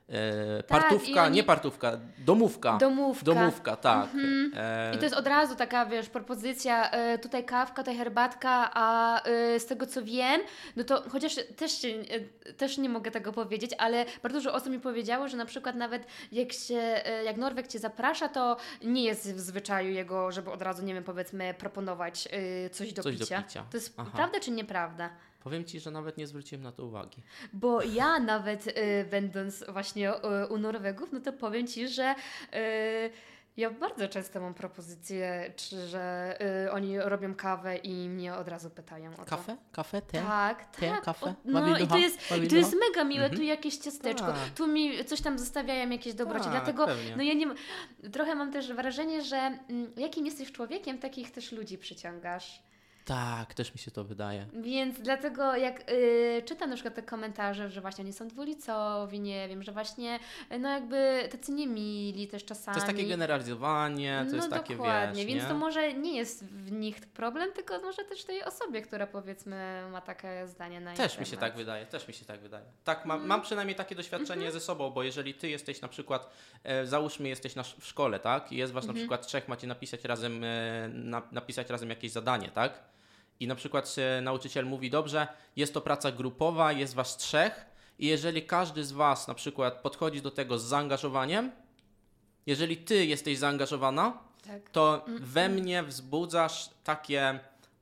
E, Tak, partówka, i oni- nie partówka, domówka. Domówka. Domówka, tak. Mhm. E, I to jest od razu taka, wiesz, propozycja, y, tutaj kawka, tutaj herbatka, a y, z tego co wiem, no to chociaż też, się, y, też nie mogę tego powiedzieć, ale bardzo dużo osób mi powiedziało, że na przykład nawet jak się, y, jak Norweg Cię zaprasza, to nie jest w zwyczaju jego, żeby od razu, nie wiem, powiedzmy, proponować y, coś do Coś do picia. picia. To jest Aha. prawda czy nieprawda? Powiem Ci, że nawet nie zwróciłem na to uwagi. Bo ja nawet y, będąc właśnie y, u Norwegów, no to powiem Ci, że y, ja bardzo często mam propozycje, czy, że y, oni robią kawę i mnie od razu pytają o to. Kafę? Kafę? Te? Tak, Te? tak. Kafę? O, no Wabil i to ducha? jest, Wabil i to jest ducha? mega miłe, Mhm. tu jakieś ciasteczko, Tak. tu mi coś tam zostawiają, jakieś dobroci. Tak, Dlatego pewnie. no ja nie, m- trochę mam też wrażenie, że mm, jakim jesteś człowiekiem, takich też ludzi przyciągasz. Tak, też mi się to wydaje. Więc dlatego jak y, czytam na przykład te komentarze, że właśnie oni są dwulicowi, nie wiem, że właśnie y, no jakby tacy niemili też czasami. To jest takie generalizowanie, to no jest takie, dokładnie, wiesz, więc nie? to może nie jest w nich problem, tylko może też tej osobie, która powiedzmy ma takie zdanie na ich Też mi się temat. tak wydaje, też mi się tak wydaje. Tak, mam, mam przynajmniej takie doświadczenie ze sobą, bo jeżeli ty jesteś na przykład, e, załóżmy jesteś na, sz- w szkole, tak? I jest was na przykład trzech, macie napisać razem, e, na, napisać razem jakieś zadanie, tak? I na przykład e, nauczyciel mówi, dobrze, jest to praca grupowa, jest was trzech i jeżeli każdy z was na przykład podchodzi do tego z zaangażowaniem, jeżeli ty jesteś zaangażowana, Tak. to we mnie wzbudzasz takie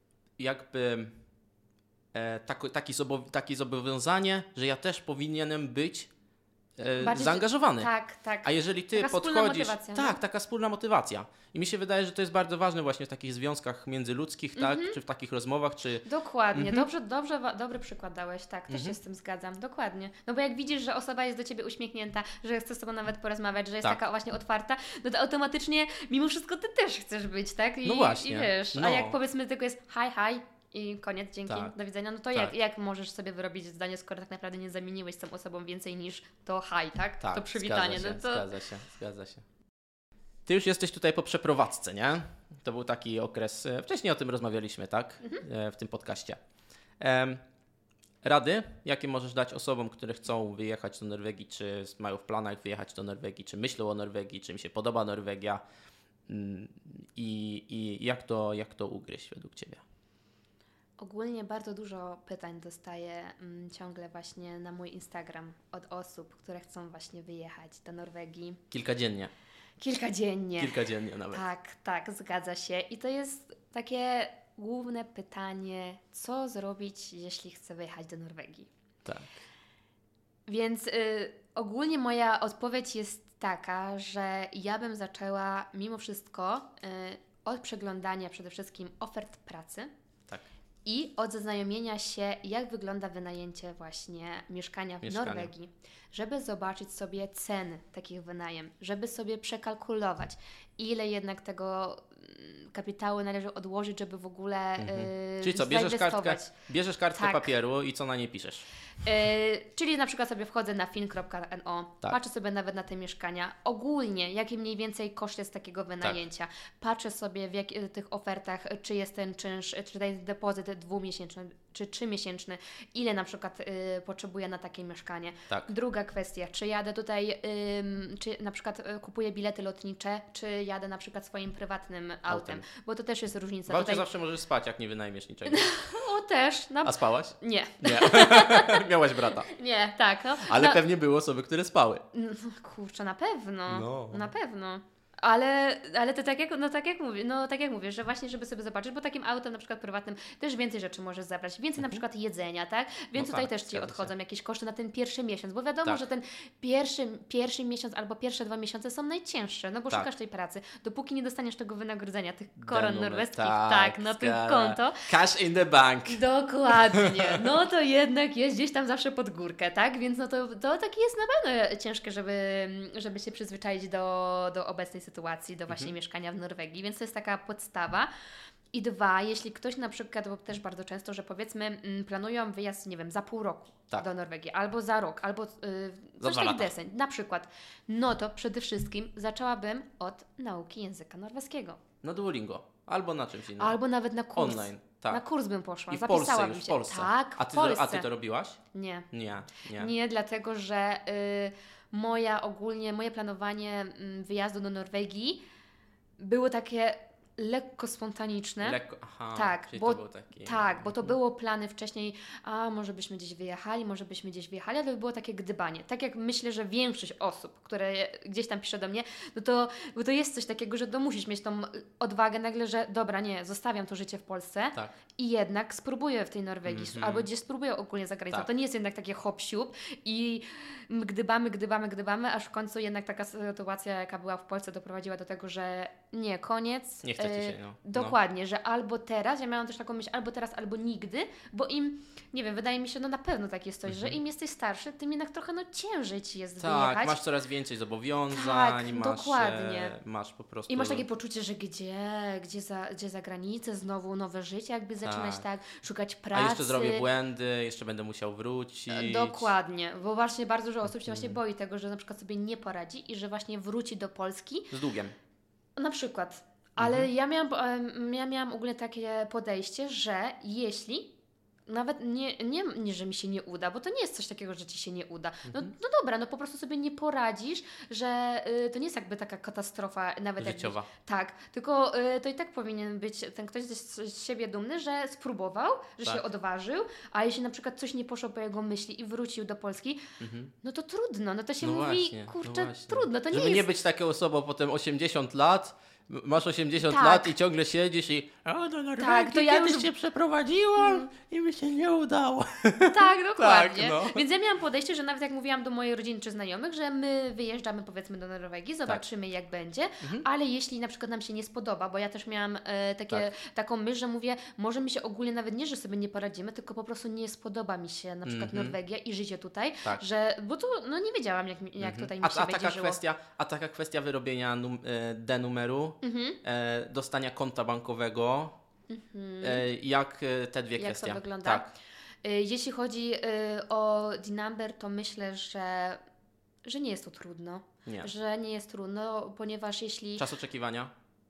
jakby e, tako, taki, zobo, takie zobowiązanie, że ja też powinienem być e, Bardziej- zaangażowany. Tak, tak. A jeżeli ty Taka wspólna podchodzisz... motywacja, Tak, no. taka wspólna motywacja. I mi się wydaje, że to jest bardzo ważne właśnie w takich związkach międzyludzkich, tak? Mhm. Czy w takich rozmowach, czy... Dokładnie, Mhm. dobrze, dobrze, wa- dobry przykład dałeś, tak, też Mhm. się z tym zgadzam, dokładnie. No bo jak widzisz, że osoba jest do Ciebie uśmiechnięta, że chce z Tobą nawet porozmawiać, że jest Tak. taka właśnie otwarta, no to automatycznie mimo wszystko Ty też chcesz być, tak? I, No właśnie, I wiesz, no. a jak powiedzmy tylko jest hi, hi i koniec, dzięki, Tak. do widzenia, no to Tak. jak, jak możesz sobie wyrobić zdanie, skoro tak naprawdę nie zamieniłeś z tą osobą więcej niż to hi, tak? Tak, to przywitanie, zgadza się, no to... zgadza się, zgadza się. Ty już jesteś tutaj po przeprowadzce, nie? To był taki okres, e, wcześniej o tym rozmawialiśmy, tak? E, W tym podcaście. Em, rady, jakie możesz dać osobom, które chcą wyjechać do Norwegii, czy mają w planach wyjechać do Norwegii, czy myślą o Norwegii, czy im się podoba Norwegia mm, i, i jak, to, jak to ugryźć według Ciebie? Ogólnie bardzo dużo pytań dostaję mm, ciągle właśnie na mój Instagram od osób, które chcą właśnie wyjechać do Norwegii. Kilka dziennie, Kilka dziennie. kilka dziennie nawet. Tak, tak, zgadza się. I to jest takie główne pytanie, co zrobić, jeśli chcę wyjechać do Norwegii. Tak. Więc y, ogólnie moja odpowiedź jest taka, że ja bym zaczęła mimo wszystko y, od przeglądania przede wszystkim ofert pracy. Tak. I od zaznajomienia się, jak wygląda wynajęcie właśnie mieszkania w Mieszkania. Norwegii, żeby zobaczyć sobie ceny takich wynajem, żeby sobie przekalkulować, ile jednak tego mm, kapitału należy odłożyć, żeby w ogóle Mhm. yy, Czyli co, bierzesz kartkę, zainwestować. bierzesz kartkę Tak. papieru i co na niej piszesz? Yy, czyli na przykład sobie wchodzę na fin kropka no, Tak. patrzę sobie nawet na te mieszkania, ogólnie jaki mniej więcej koszt jest takiego wynajęcia, patrzę sobie w jak, tych ofertach, czy jest ten czynsz, czy ten depozyt dwumiesięczny, czy trzymiesięczny, ile na przykład y, potrzebuję na takie mieszkanie. Tak. Druga kwestia, czy jadę tutaj, ym, czy na przykład y, kupuję bilety lotnicze, czy jadę na przykład swoim prywatnym autem, Autem. bo to też jest różnica. W aucie Tutaj... zawsze możesz spać, jak nie wynajmiesz niczego. O, też, na... A spałaś? Nie, Nie. Miałaś brata. nie, tak. No. Ale Na- pewnie były osoby, które spały. No, kurczę, na pewno. No. Na pewno. Ale, ale to tak jak, no tak jak mówię, no tak jak mówię, że właśnie żeby sobie zobaczyć, bo takim autem na przykład prywatnym też więcej rzeczy możesz zabrać, więcej na przykład jedzenia, tak? Więc No tutaj tak, też Ci zgadza odchodzą się. jakieś koszty na ten pierwszy miesiąc, bo wiadomo, Tak. że ten pierwszy, pierwszy miesiąc albo pierwsze dwa miesiące są najcięższe, no bo Tak. szukasz tej pracy, dopóki nie dostaniesz tego wynagrodzenia, tych koron Denumer, norweskich, tak, tak, na tym zgadza. konto, Cash in the bank. dokładnie. No to jednak jest gdzieś tam zawsze pod górkę, tak? Więc no to, to takie jest na pewno ciężkie, żeby, żeby się przyzwyczaić do, do obecnej sytuacji, do właśnie mieszkania w Norwegii, więc to jest taka podstawa. I dwa, jeśli ktoś na przykład, bo też bardzo często, że powiedzmy mm, planują wyjazd, nie wiem, za pół roku Tak. do Norwegii, albo za rok, albo yy, Za coś dwa taki lata. deseń, na przykład, no to przede wszystkim zaczęłabym od nauki języka norweskiego. Na Duolingo. Albo na czymś innym. Albo nawet na kurs. Online. tak. Na kurs bym poszła, I w zapisałabym Polsce, już się. w Polsce. Tak, w a, ty, Polsce. a ty to robiłaś? Nie. Nie, nie. Nie, dlatego że y, moja ogólnie, moje planowanie y, wyjazdu do Norwegii było takie lekko spontaniczne. Lekko, aha, tak, czyli bo, to był taki... tak, bo to było plany wcześniej, a może byśmy gdzieś wyjechali, może byśmy gdzieś wyjechali, ale to było takie gdybanie. Tak jak myślę, że większość osób, które gdzieś tam pisze do mnie, no to, bo to jest coś takiego, że to musisz mieć tą odwagę nagle, że dobra, nie, zostawiam to życie w Polsce tak. i jednak spróbuję w tej Norwegii, mm-hmm. albo gdzieś spróbuję ogólnie za granicą. Tak. To nie jest jednak takie hop siup i gdybamy, gdybamy, gdybamy, aż w końcu jednak taka sytuacja, jaka była w Polsce, doprowadziła do tego, że nie, koniec. Nie chce ci się, no. Dokładnie, że albo teraz, ja miałam też taką myśl, albo teraz, albo nigdy, bo im, nie wiem, wydaje mi się, no na pewno tak jest coś, mm-hmm. że im jesteś starszy, tym jednak trochę no ciężej ci jest tak, wyjechać. Tak, masz coraz więcej zobowiązań, tak, masz, dokładnie. masz po prostu... I masz takie poczucie, że gdzie, gdzie za, gdzie za granicę, znowu nowe życie jakby zaczynać, tak, tak szukać pracy. A jeszcze zrobię błędy, jeszcze będę musiał wrócić. Dokładnie, bo właśnie bardzo dużo osób się właśnie boi tego, że na przykład sobie nie poradzi i że właśnie wróci do Polski. Z długiem. Na przykład. Ale mhm. ja, miałam, ja miałam ogólnie takie podejście, że jeśli nawet nie, nie, nie, że mi się nie uda, bo to nie jest coś takiego, że ci się nie uda. No, mhm. no dobra, no po prostu sobie nie poradzisz, że y, to nie jest jakby taka katastrofa nawet życiowa. Jakbyś, tak, tylko y, to i tak powinien być ten ktoś z siebie dumny, że spróbował, że tak. się odważył, a jeśli na przykład coś nie poszło po jego myśli i wrócił do Polski, mhm. no to trudno, no to się no mówi, właśnie, kurczę, no trudno, to nie Żeby jest... nie być taką osobą potem osiemdziesiąt lat, masz osiemdziesiąt tak. lat i ciągle siedzisz i o, do Norwegii tak, to ja kiedyś już... się przeprowadziłam hmm. i mi się nie udało. Tak, dokładnie. tak, no. Więc ja miałam podejście, że nawet jak mówiłam do mojej rodziny czy znajomych, że my wyjeżdżamy powiedzmy do Norwegii, zobaczymy tak. jak będzie, mhm. ale jeśli na przykład nam się nie spodoba, bo ja też miałam e, takie, tak. taką myśl, że mówię, może mi się ogólnie nawet nie, że sobie nie poradzimy, tylko po prostu nie spodoba mi się na przykład mhm. Norwegia i życie tutaj, tak. że, bo tu no nie wiedziałam jak, jak mhm. tutaj mi a, się a będzie taka żyło. Kwestia, a taka kwestia wyrobienia num, e, denumeru, mhm. e, dostania konta bankowego, mhm. e, jak te dwie jak kwestie. Jak to wygląda? Tak. Jeśli chodzi o D-Number, to myślę, że, że nie jest to trudno. Nie. Że nie jest trudno, ponieważ jeśli... Czas oczekiwania?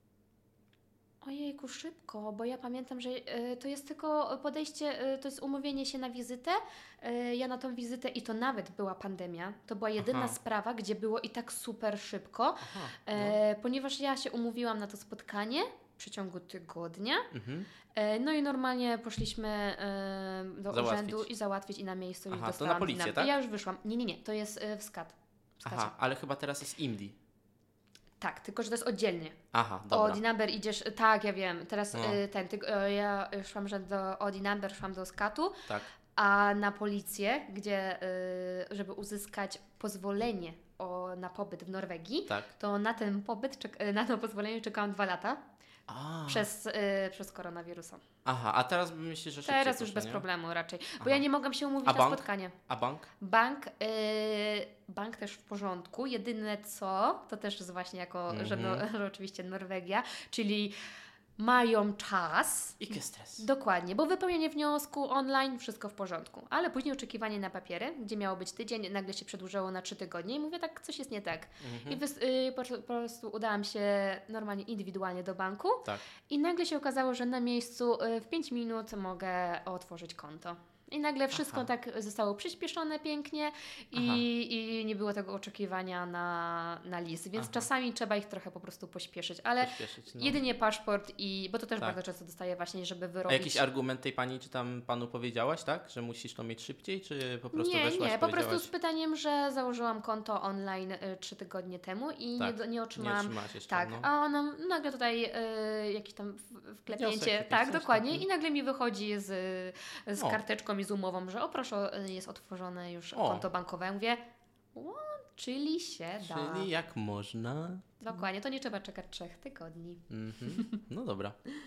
Ojejku, szybko, bo ja pamiętam, że to jest tylko podejście, to jest umówienie się na wizytę. Ja na tą wizytę, i to nawet była pandemia, to była jedyna Aha. sprawa, gdzie było i tak super szybko, Aha, no. ponieważ ja się umówiłam na to spotkanie w przeciągu tygodnia. Mhm. No i normalnie poszliśmy e, do załatwić. urzędu i załatwić i na miejscu. Aha, już to na policję, na... tak? Ja już wyszłam. Nie, nie, nie, to jest e, w SCAT. W Aha, ale chyba teraz jest I M D I. Tak, tylko że to jest oddzielnie. Aha, dobra. O D-Number idziesz, tak, ja wiem, teraz no. y, ten, ty, y, ja szłam, że do o D-Number szłam do SCAT-u, tak. a na policję, gdzie, y, żeby uzyskać pozwolenie o, na pobyt w Norwegii, tak. to na ten pobyt, czek- na to pozwolenie czekałam dwa lata. A. Przez, y, przez koronawirusa. Aha, a teraz myślisz, że szybciej Teraz już poszło, bez nie? problemu raczej, bo Aha. ja nie mogłam się umówić a na bank? spotkanie. A bank? Bank, y, bank też w porządku, jedyne co, to też jest właśnie jako, mm-hmm. że, no, że oczywiście Norwegia, czyli mają czas. I stres. Dokładnie, bo wypełnienie wniosku online, wszystko w porządku. Ale później oczekiwanie na papiery, gdzie miało być tydzień, nagle się przedłużało na trzy tygodnie i mówię, tak, coś jest nie tak. Mhm. I wys- y, po, po prostu udałam się normalnie, indywidualnie do banku tak. i nagle się okazało, że na miejscu y, w pięć minut mogę otworzyć konto. I nagle wszystko Aha. tak zostało przyspieszone pięknie i, i nie było tego oczekiwania na, na list, więc Aha. czasami trzeba ich trochę po prostu pośpieszyć, ale pośpieszyć, no. jedynie paszport i, bo to też tak. bardzo często dostaję właśnie, żeby wyrobić. A jakiś argument tej pani, czy tam panu powiedziałaś, tak? Że musisz to mieć szybciej, czy po prostu nie, weszłaś, Nie, po prostu z pytaniem, że założyłam konto online y, trzy tygodnie temu i tak. nie, nie otrzymałam. Nie jeszcze, tak, no. a ona nagle tutaj y, jakieś tam wklepnięcie, tak, dokładnie taki. I nagle mi wychodzi z, z karteczką i z umową, że o proszę, jest otworzone już o. konto bankowe. Ja mówię, o, czyli się da. Czyli jak można. Dokładnie, to nie trzeba czekać trzech tygodni. Mm-hmm. No dobra.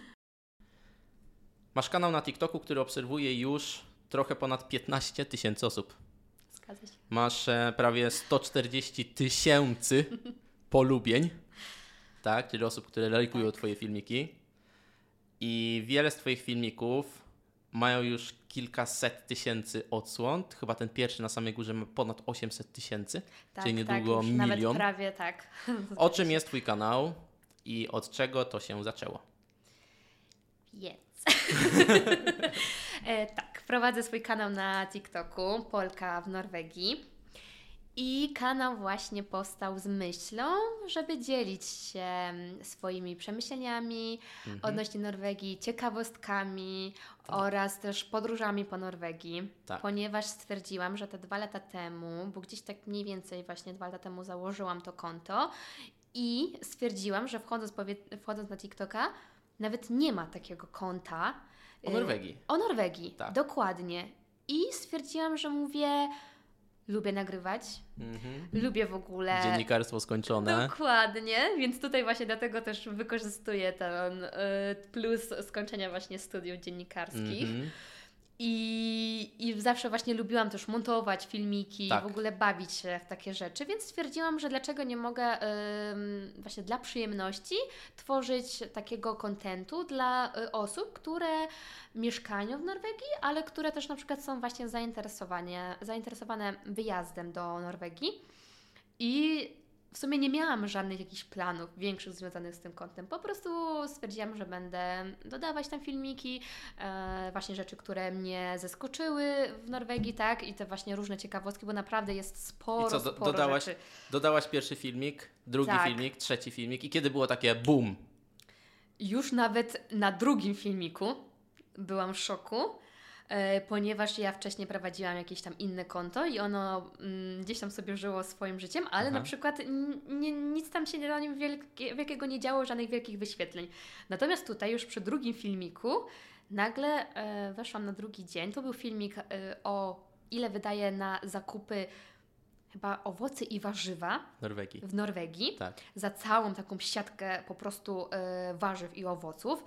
Masz kanał na TikToku, który obserwuje już trochę ponad piętnaście tysięcy osób. Zgadza się. Masz e, prawie sto czterdzieści tysięcy polubień, tak, czyli osób, które lajkują tak. Twoje filmiki. I wiele z Twoich filmików mają już kilkaset tysięcy odsłon. Chyba ten pierwszy na samej górze ma ponad osiemset tysięcy, tak, czyli niedługo tak, już milion. Nawet prawie tak. O czym jest Twój kanał i od czego to się zaczęło? Więc e, tak, prowadzę swój kanał na TikToku, Polka w Norwegii. I kanał właśnie powstał z myślą, żeby dzielić się swoimi przemyśleniami mhm. odnośnie Norwegii, ciekawostkami tak. oraz też podróżami po Norwegii, tak. ponieważ stwierdziłam, że te dwa lata temu, bo gdzieś tak mniej więcej właśnie dwa lata temu założyłam to konto i stwierdziłam, że wchodząc, powie, wchodząc na TikToka, nawet nie ma takiego konta. O Norwegii. Y, o Norwegii, tak. dokładnie. I stwierdziłam, że mówię... Lubię nagrywać, mm-hmm. lubię w ogóle... Dziennikarstwo skończone. Dokładnie, więc tutaj właśnie dlatego też wykorzystuję ten y, plus skończenia właśnie studiów dziennikarskich. Mm-hmm. I, I zawsze właśnie lubiłam też montować filmiki, tak. w ogóle bawić się w takie rzeczy, więc stwierdziłam, że dlaczego nie mogę y, właśnie dla przyjemności tworzyć takiego kontentu dla y, osób, które mieszkają w Norwegii, ale które też na przykład są właśnie zainteresowane, zainteresowane wyjazdem do Norwegii. I w sumie nie miałam żadnych jakichś planów większych związanych z tym kontem. Po prostu stwierdziłam, że będę dodawać tam filmiki, e, właśnie rzeczy, które mnie zaskoczyły w Norwegii, tak? I te właśnie różne ciekawostki, bo naprawdę jest sporo, I co, do, sporo dodałaś, rzeczy. Dodałaś pierwszy filmik, drugi tak. filmik, trzeci filmik i kiedy było takie boom? Już nawet na drugim filmiku byłam w szoku. Ponieważ ja wcześniej prowadziłam jakieś tam inne konto i ono mm, gdzieś tam sobie żyło swoim życiem, ale Aha. na przykład n- n- nic tam się na nim wielkie, wielkiego nie działo, żadnych wielkich wyświetleń. Natomiast tutaj już przy drugim filmiku nagle e, weszłam na drugi dzień. To był filmik e, o ile wydaje na zakupy chyba owoce i warzywa Norwegii. w Norwegii. Tak. Za całą taką siatkę po prostu e, warzyw i owoców.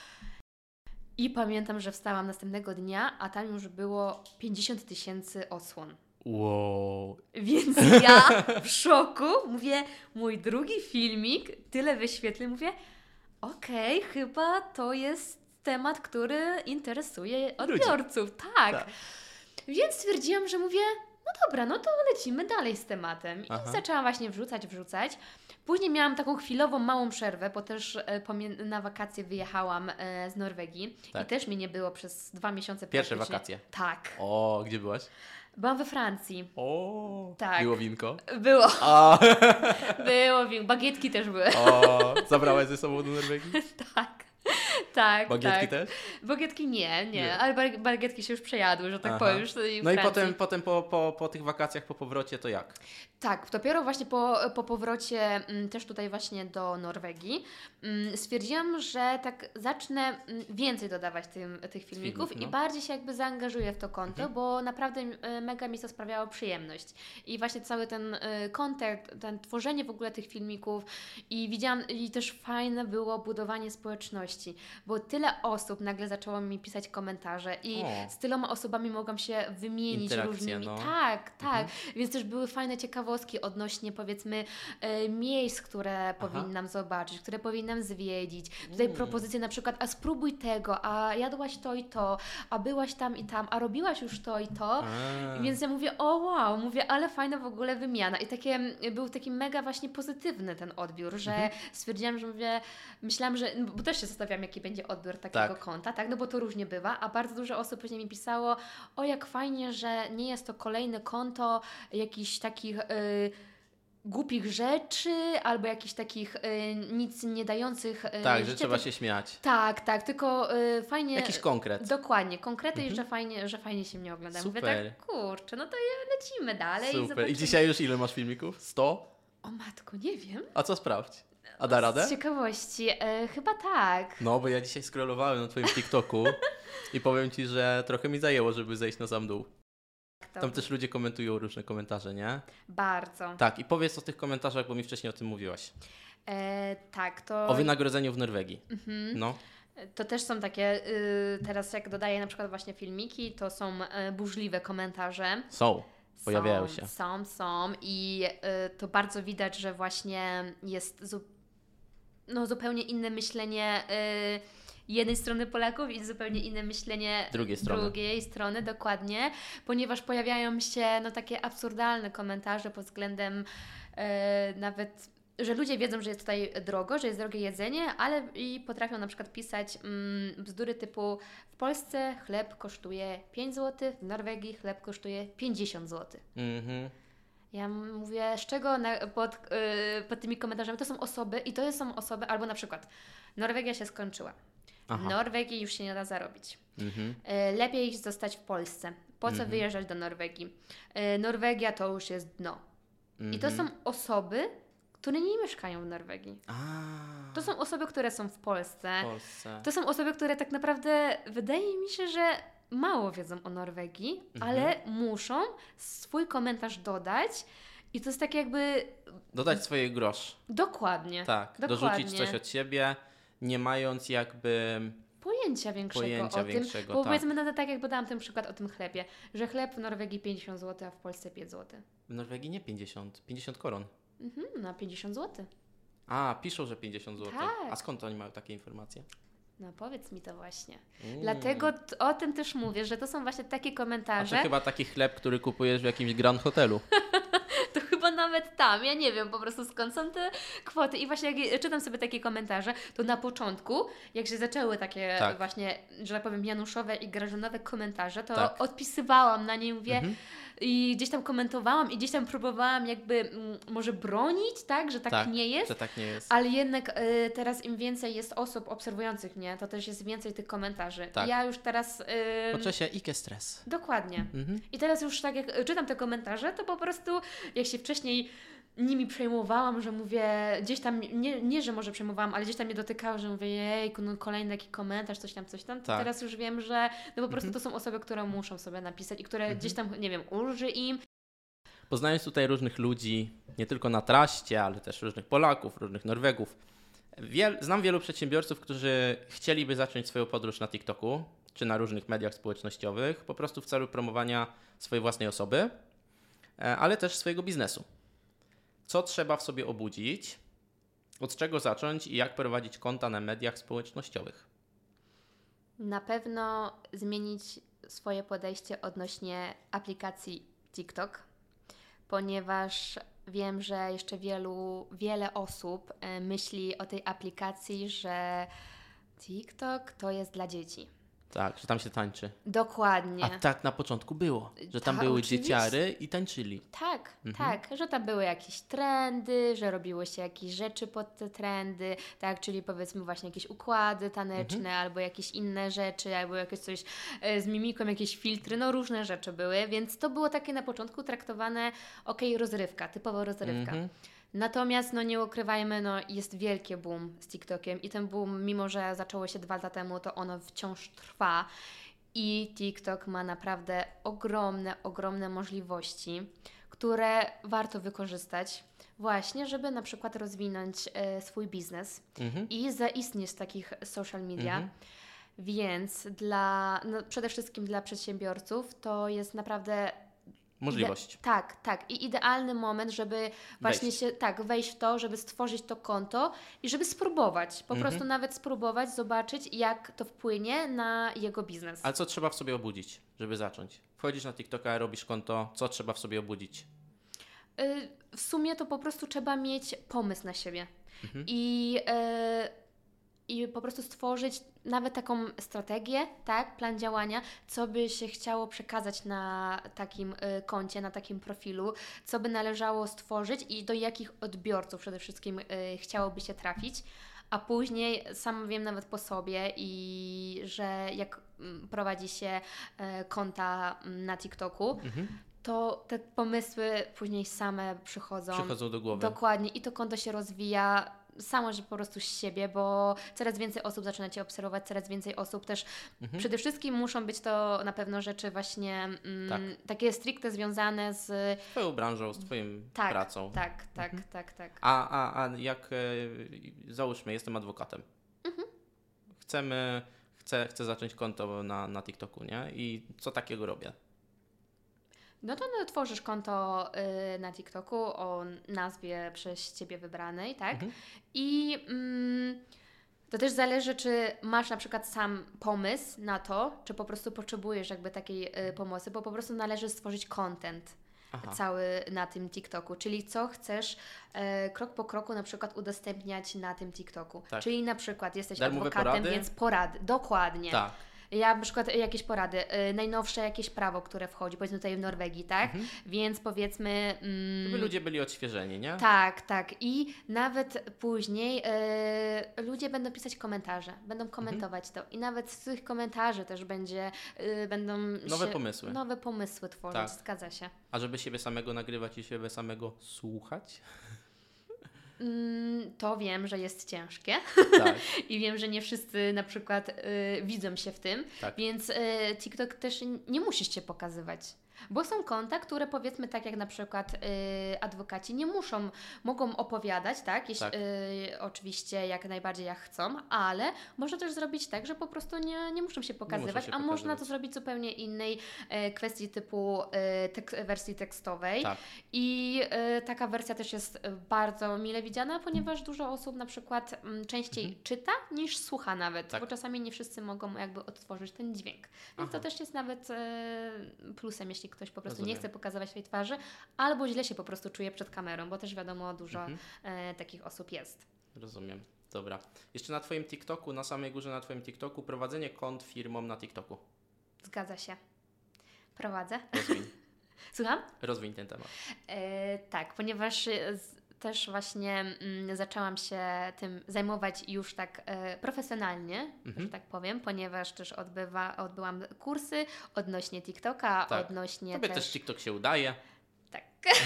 I pamiętam, że wstałam następnego dnia, a tam już było pięćdziesiąt tysięcy odsłon. Wow. Więc ja w szoku mówię, mój drugi filmik, tyle wyświetleń, mówię, okej, okay, chyba to jest temat, który interesuje odbiorców. Tak. tak. Więc stwierdziłam, że mówię, no dobra, no to lecimy dalej z tematem. I Aha. zaczęłam właśnie wrzucać, wrzucać. Później miałam taką chwilową, małą przerwę, bo też e, pomie- na wakacje wyjechałam e, z Norwegii tak. i też mnie nie było przez dwa miesiące. Pierwsze wakacje? Tak. O, gdzie byłaś? Byłam we Francji. O, tak. Było winko? Było. A. Było winko. Bagietki też były. O, zabrałaś ze sobą do Norwegii? tak. Tak, Bagietki tak. też? Bagietki nie, nie, nie. ale bagietki się już przejadły, że tak Aha. powiem. Już no i potem, potem po, po, po tych wakacjach, po powrocie to jak? Tak, dopiero właśnie po, po powrocie m, też tutaj właśnie do Norwegii m, stwierdziłam, że tak zacznę m, więcej dodawać tym, tych filmików Filmik, no. i bardziej się jakby zaangażuję w to konto, mhm. bo naprawdę m, mega mi to sprawiało przyjemność. I właśnie cały ten y, content, ten tworzenie w ogóle tych filmików i widziałam, i też fajne było budowanie społeczności, bo tyle osób nagle zaczęło mi pisać komentarze i o. z tyloma osobami mogłam się wymienić różnymi. No. Tak, tak. Mhm. Więc też były fajne ciekawostki odnośnie powiedzmy e, miejsc, które Aha. powinnam zobaczyć, które powinnam zwiedzić. Tutaj mm. propozycje na przykład, a spróbuj tego, a jadłaś to i to, a byłaś tam i tam, a robiłaś już to i to. A. Więc ja mówię, o wow, mówię, ale fajna w ogóle wymiana. I takie, był taki mega właśnie pozytywny ten odbiór, że mhm. stwierdziłam, że mówię, myślałam, że, bo też się zastanawiałam, jaki będzie odbiór takiego tak. konta, tak, no bo to różnie bywa, a bardzo dużo osób później mi pisało, o jak fajnie, że nie jest to kolejne konto jakichś takich yy, głupich rzeczy, albo jakichś takich y, nic nie dających... Y, tak, że trzeba się śmiać. Tak, tak, tylko y, fajnie... Jakiś konkret. Dokładnie, konkrety mhm. i że fajnie, że fajnie się mnie ogląda. Super. Mówię tak, kurczę, no to lecimy dalej. Super. I, I dzisiaj już ile masz filmików? sto? O matko, nie wiem. A co sprawdź? A da radę? Z ciekawości, e, chyba tak. No, bo ja dzisiaj scrollowałem na Twoim TikToku i powiem Ci, że trochę mi zajęło, żeby zejść na sam dół. To... Tam też ludzie komentują różne komentarze, nie? Bardzo. Tak, i powiedz o tych komentarzach, bo mi wcześniej o tym mówiłaś. E, tak, to... O wynagrodzeniu w Norwegii. Mhm. No. To też są takie, y, teraz jak dodaję na przykład właśnie filmiki, to są y, burzliwe komentarze. Są. Pojawiają są, się. Są, są i y, to bardzo widać, że właśnie jest zu- no, zupełnie inne myślenie y, jednej strony Polaków i zupełnie inne myślenie drugiej strony, drugiej strony dokładnie, ponieważ pojawiają się no, takie absurdalne komentarze pod względem y, nawet że ludzie wiedzą, że jest tutaj drogo, że jest drogie jedzenie, ale i potrafią na przykład pisać mm, bzdury typu w Polsce chleb kosztuje pięć złotych, w Norwegii chleb kosztuje pięćdziesiąt złotych. Mhm. Ja mówię, z czego na, pod, yy, pod tymi komentarzami to są osoby i to są osoby, albo na przykład Norwegia się skończyła. Aha. W Norwegii już się nie da zarobić. Mhm. Yy, lepiej zostać w Polsce. Po co Mhm. wyjeżdżać do Norwegii? Yy, Norwegia to już jest dno. Mhm. I to są osoby, które nie mieszkają w Norwegii. A, To są osoby, które są w Polsce. w Polsce. To są osoby, które tak naprawdę wydaje mi się, że mało wiedzą o Norwegii, Mhm. ale muszą swój komentarz dodać i to jest tak jakby... Dodać swoje grosz. Dokładnie. Tak, dokładnie. dorzucić coś od siebie, nie mając jakby Pojęcia większego pojęcia o tym. większego. Bo tak. powiedzmy, no to tak jak podałam ten przykład o tym chlebie, że chleb w Norwegii pięćdziesiąt złotych, a w Polsce pięć złotych. W Norwegii nie pięćdziesiąt, pięćdziesiąt koron. Mhm, na pięćdziesiąt złotych. A, piszą, że pięćdziesiąt złotych. Tak. A skąd oni mają takie informacje? No powiedz mi to właśnie. Mm. Dlatego t- o tym też mówię, że to są właśnie takie A komentarze. to chyba taki chleb, który kupujesz w jakimś Grand Hotelu. To chyba nawet tam, ja nie wiem po prostu skąd są te kwoty. I właśnie jak czytam sobie takie komentarze, to na początku, jak się zaczęły takie Tak. właśnie, że tak powiem, Januszowe i Grażynowe komentarze, to Tak. odpisywałam na nie, mówię, Mhm. i gdzieś tam komentowałam i gdzieś tam próbowałam jakby mm, może bronić, tak, że tak, Tak, nie jest. Że tak nie jest. Ale jednak y, teraz im więcej jest osób obserwujących mnie, to też jest więcej tych komentarzy. Tak. Ja już teraz... Y, Poczuję się ike stres. Dokładnie. Mhm. I teraz już tak jak czytam te komentarze, to po prostu jak się wcześniej nimi przejmowałam, że mówię, gdzieś tam, nie, nie że może przejmowałam, ale gdzieś tam mnie dotykało, że mówię, jejku, no kolejny taki komentarz, coś tam, coś tam, to Tak. teraz już wiem, że no po prostu Mhm. to są osoby, które muszą sobie napisać i które Mhm. gdzieś tam, nie wiem, ulży im. Poznając tutaj różnych ludzi, nie tylko na traście, ale też różnych Polaków, różnych Norwegów. Wiel, znam wielu przedsiębiorców, którzy chcieliby zacząć swoją podróż na TikToku, czy na różnych mediach społecznościowych, po prostu w celu promowania swojej własnej osoby, e, ale też swojego biznesu. Co trzeba w sobie obudzić, od czego zacząć i jak prowadzić konta na mediach społecznościowych? Na pewno zmienić swoje podejście odnośnie aplikacji TikTok, ponieważ wiem, że jeszcze wielu, wiele osób e, myśli o tej aplikacji, że TikTok to jest dla dzieci. Tak, że tam się tańczy. Dokładnie. A tak na początku było, że tam Ta, były oczywiście. dzieciary i tańczyli. Tak, Mhm. tak, że tam były jakieś trendy, że robiło się jakieś rzeczy pod te trendy, tak, czyli powiedzmy właśnie jakieś układy taneczne, Mhm. albo jakieś inne rzeczy, albo jakieś coś e, z mimiką, jakieś filtry, no różne rzeczy były, więc to było takie na początku traktowane, okej, rozrywka, typowo rozrywka. Mhm. Natomiast, no nie ukrywajmy, no jest wielki boom z TikTokiem i ten boom, mimo że zaczęło się dwa lata temu, to ono wciąż trwa i TikTok ma naprawdę ogromne, ogromne możliwości, które warto wykorzystać właśnie, żeby na przykład rozwinąć e, swój biznes Mhm. i zaistnieć w takich social media. Mhm. Więc dla, no przede wszystkim dla przedsiębiorców to jest naprawdę Możliwość. Ide- tak, tak. I idealny moment, żeby właśnie Wejść. się, tak, wejść w to, żeby stworzyć to konto i żeby spróbować. Po Mhm. prostu nawet spróbować, zobaczyć, jak to wpłynie na jego biznes. Ale co trzeba w sobie obudzić, żeby zacząć? Wchodzisz na TikToka, robisz konto, co trzeba w sobie obudzić? Y, w sumie to po prostu trzeba mieć pomysł na siebie. Mhm. I, y, I po prostu stworzyć nawet taką strategię, tak, plan działania, co by się chciało przekazać na takim y, koncie, na takim profilu, co by należało stworzyć i do jakich odbiorców przede wszystkim y, chciałoby się trafić. A później sam wiem nawet po sobie i że jak mm, prowadzi się y, konta mm, na TikToku, Mhm. to te pomysły później same przychodzą. Przychodzą do głowy. Dokładnie. I to konto się rozwija samo, że po prostu z siebie, bo coraz więcej osób zaczyna Cię obserwować, coraz więcej osób też. Mhm. Przede wszystkim muszą być to na pewno rzeczy właśnie mm, Tak. takie stricte związane z... Twoją branżą, z Twoją Tak, pracą. tak, tak, Mhm. tak, tak. A, a, a jak, e, załóżmy, jestem adwokatem. Mhm. Chcemy, chcę, chcę zacząć konto na, na TikToku, nie? I co takiego robię? No to no, tworzysz konto y, na TikToku o nazwie przez Ciebie wybranej, tak? Mhm. I mm, to też zależy, czy masz na przykład sam pomysł na to, czy po prostu potrzebujesz jakby takiej y, pomocy, bo po prostu należy stworzyć content. Aha. cały na tym TikToku, czyli co chcesz e, krok po kroku na przykład udostępniać na tym TikToku. Tak. Czyli na przykład jesteś Darmowe adwokatem, porady? więc porady, dokładnie. Tak. Ja na przykład jakieś porady, y, najnowsze jakieś prawo, które wchodzi, powiedzmy tutaj w Norwegii, tak? Mhm. Więc powiedzmy... Mm, Żeby ludzie byli odświeżeni, nie? Tak, tak. I nawet później y, ludzie będą pisać komentarze, będą komentować Mhm. to. I nawet z tych komentarzy też będzie, y, będą Nowe się, pomysły. Nowe pomysły tworzyć, Tak. zgadza się. A żeby siebie samego nagrywać i siebie samego słuchać? Mm, to wiem, że jest ciężkie Tak. i wiem, że nie wszyscy na przykład y, widzą się w tym, Tak. więc y, TikTok też nie musisz się pokazywać. Bo są konta, które powiedzmy tak jak na przykład y, adwokaci nie muszą, mogą opowiadać, tak? Jeśli, Tak. y, oczywiście jak najbardziej jak chcą, ale można też zrobić tak, że po prostu nie, nie muszą się pokazywać, się a można pokazywać. to zrobić zupełnie innej y, kwestii typu y, tek- wersji tekstowej. Tak. I y, taka wersja też jest y, bardzo mile widziana, ponieważ dużo osób na przykład mm, częściej Mhm. czyta niż słucha nawet, Tak. bo czasami nie wszyscy mogą jakby odtworzyć ten dźwięk. Więc Aha. to też jest nawet y, plusem, jeśli ktoś po prostu Rozumiem. nie chce pokazywać swojej twarzy, albo źle się po prostu czuje przed kamerą, bo też wiadomo, dużo Mhm. e, takich osób jest. Rozumiem. Dobra. Jeszcze na Twoim TikToku, na samej górze na Twoim TikToku, prowadzenie kont firmom na TikToku. Zgadza się. Prowadzę. Rozwiń. Słucham? Rozwiń ten temat. E, tak, ponieważ e, z, też właśnie mm, zaczęłam się tym zajmować już tak e, profesjonalnie, Mhm. że tak powiem, ponieważ też odbywa, odbyłam kursy odnośnie TikToka, Tak. odnośnie Tobie też... też TikTok się udaje, Tak,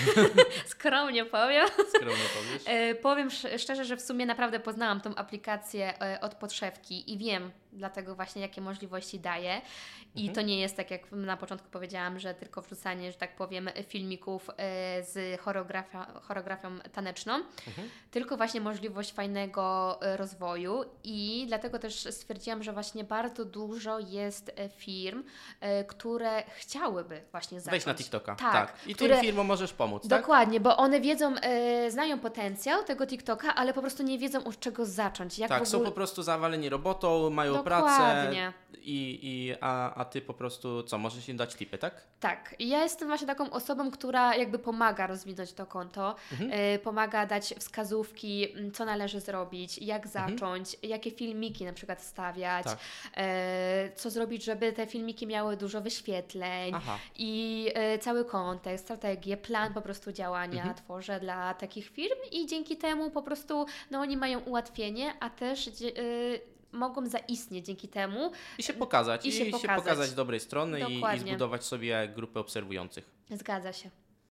skromnie powiem. skromnie powiesz. E, powiem sz- szczerze, że w sumie naprawdę poznałam tą aplikację e, od podszewki i wiem dlatego właśnie, jakie możliwości daje. I Mhm. to nie jest tak, jak na początku powiedziałam, że tylko wrzucanie, że tak powiem, filmików e, z choreografia- choreografią taneczną, Mhm. tylko właśnie możliwość fajnego e, rozwoju i dlatego też stwierdziłam, że właśnie bardzo dużo jest e, firm, e, które chciałyby właśnie zacząć. Wejdź na TikToka. Tak, I które- tym firmom możesz pomóc, tak? Dokładnie, bo one wiedzą, e, znają potencjał tego TikToka, ale po prostu nie wiedzą od czego zacząć. Jak Tak, w są ogóle... po prostu zawaleni robotą, mają Dokładnie. pracę i, i a, a ty po prostu co, możesz im dać tipy, tak? Tak, i ja jestem właśnie taką osobą, która jakby pomaga rozwinąć to konto, Mhm. e, pomaga dać wskazówki, m, co należy zrobić, jak zacząć, jakie filmiki na przykład wstawiać, Tak. e, co zrobić, żeby te filmiki miały dużo wyświetleń. Aha. I e, cały kontekst, strategię, plan po prostu działania Mhm. tworzę dla takich firm i dzięki temu po prostu no, oni mają ułatwienie, a też dzie- e, mogą zaistnieć dzięki temu. I się pokazać. I się pokazać. z dobrej strony i, i Dokładnie. zbudować sobie grupy obserwujących. Zgadza się.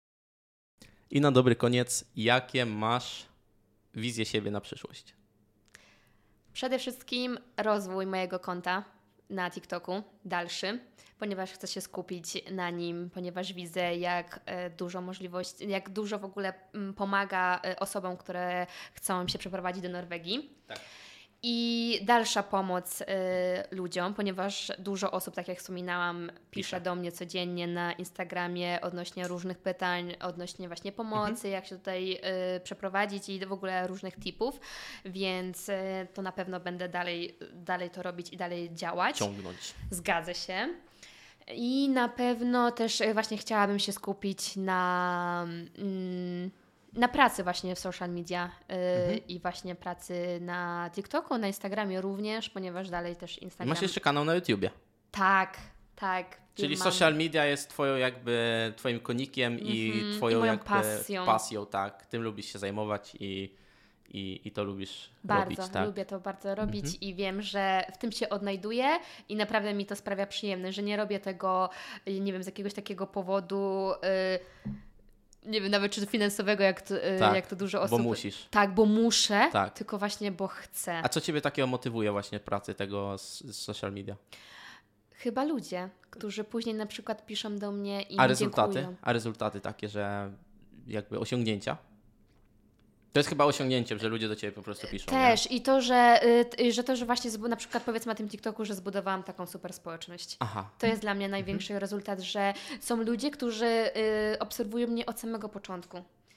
I na dobry koniec, jakie masz wizje siebie na przyszłość? Przede wszystkim rozwój mojego konta na TikToku, dalszy, ponieważ chcę się skupić na nim, ponieważ widzę, jak e, dużo możliwości, jak dużo w ogóle mm, pomaga e, osobom, które chcą się przeprowadzić do Norwegii. Tak. I dalsza pomoc y, ludziom, ponieważ dużo osób, tak jak wspominałam, pisze, Pisze. do mnie codziennie na Instagramie odnośnie różnych pytań, odnośnie właśnie pomocy, Mhm. jak się tutaj y, przeprowadzić i w ogóle różnych tipów, więc y, to na pewno będę dalej, dalej to robić i dalej działać. Ciągnąć. Zgadzę się. I na pewno też y, właśnie chciałabym się skupić na... Mm, na pracy właśnie w social media y, Mhm. i właśnie pracy na TikToku, na Instagramie również, ponieważ dalej też I Instagram... masz jeszcze kanał na YouTubie. Tak, tak. Czyli mam. social media jest twoją jakby, twoim konikiem i Mhm, twoją i moją jakby pasją. pasją, tak. Tym lubisz się zajmować i, i, i to lubisz Bardzo, robić, tak. lubię to bardzo robić Mhm. i wiem, że w tym się odnajduję i naprawdę mi to sprawia przyjemność, że nie robię tego, y, nie wiem, z jakiegoś takiego powodu, y, nie wiem, nawet czy finansowego, jak to, y, Tak, jak to dużo osób... Bo musisz. Tak, bo muszę, Tak. tylko właśnie, bo chcę. A co ciebie takiego motywuje właśnie pracy tego z, z social media? Chyba ludzie, którzy później na przykład piszą do mnie i A mi rezultaty? dziękują. A rezultaty takie, że jakby osiągnięcia? To jest chyba osiągnięciem, że ludzie do ciebie po prostu piszą. Też Nie? i to, że, y, t- że to, że właśnie zbu- na przykład powiedzmy na tym TikToku, że zbudowałam taką super społeczność. Aha. To jest dla mnie największy rezultat, że są ludzie, którzy y, obserwują mnie od samego początku.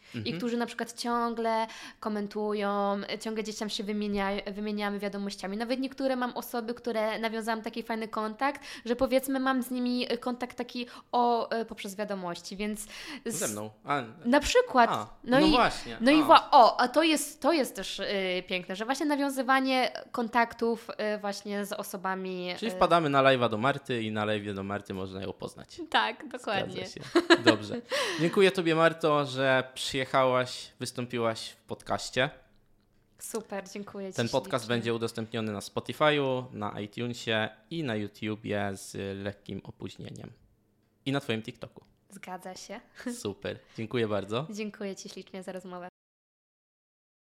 i Mhm. którzy na przykład ciągle komentują, ciągle gdzieś tam się wymienia, wymieniamy wiadomościami. Nawet niektóre mam osoby, które nawiązałam taki fajny kontakt, że powiedzmy mam z nimi kontakt taki o, e, poprzez wiadomości, więc... z- Ze mną. A, Na przykład. a, no no i, właśnie. No i a. wa- o, a to jest, to jest też y, piękne, że właśnie nawiązywanie kontaktów y, właśnie z osobami... Czyli y, wpadamy na live'a do Marty i na live'ie do Marty można ją poznać. Tak, dokładnie. Zgadza się. Dobrze. Dziękuję Tobie, Marto, że przyjechałaś, wystąpiłaś w podcaście. Super, dziękuję Ci Ten podcast ślicznie. będzie udostępniony na Spotify'u, na iTunesie i na YouTubie z lekkim opóźnieniem. I na Twoim TikToku. Zgadza się. Super. Dziękuję bardzo. Dziękuję Ci ślicznie za rozmowę.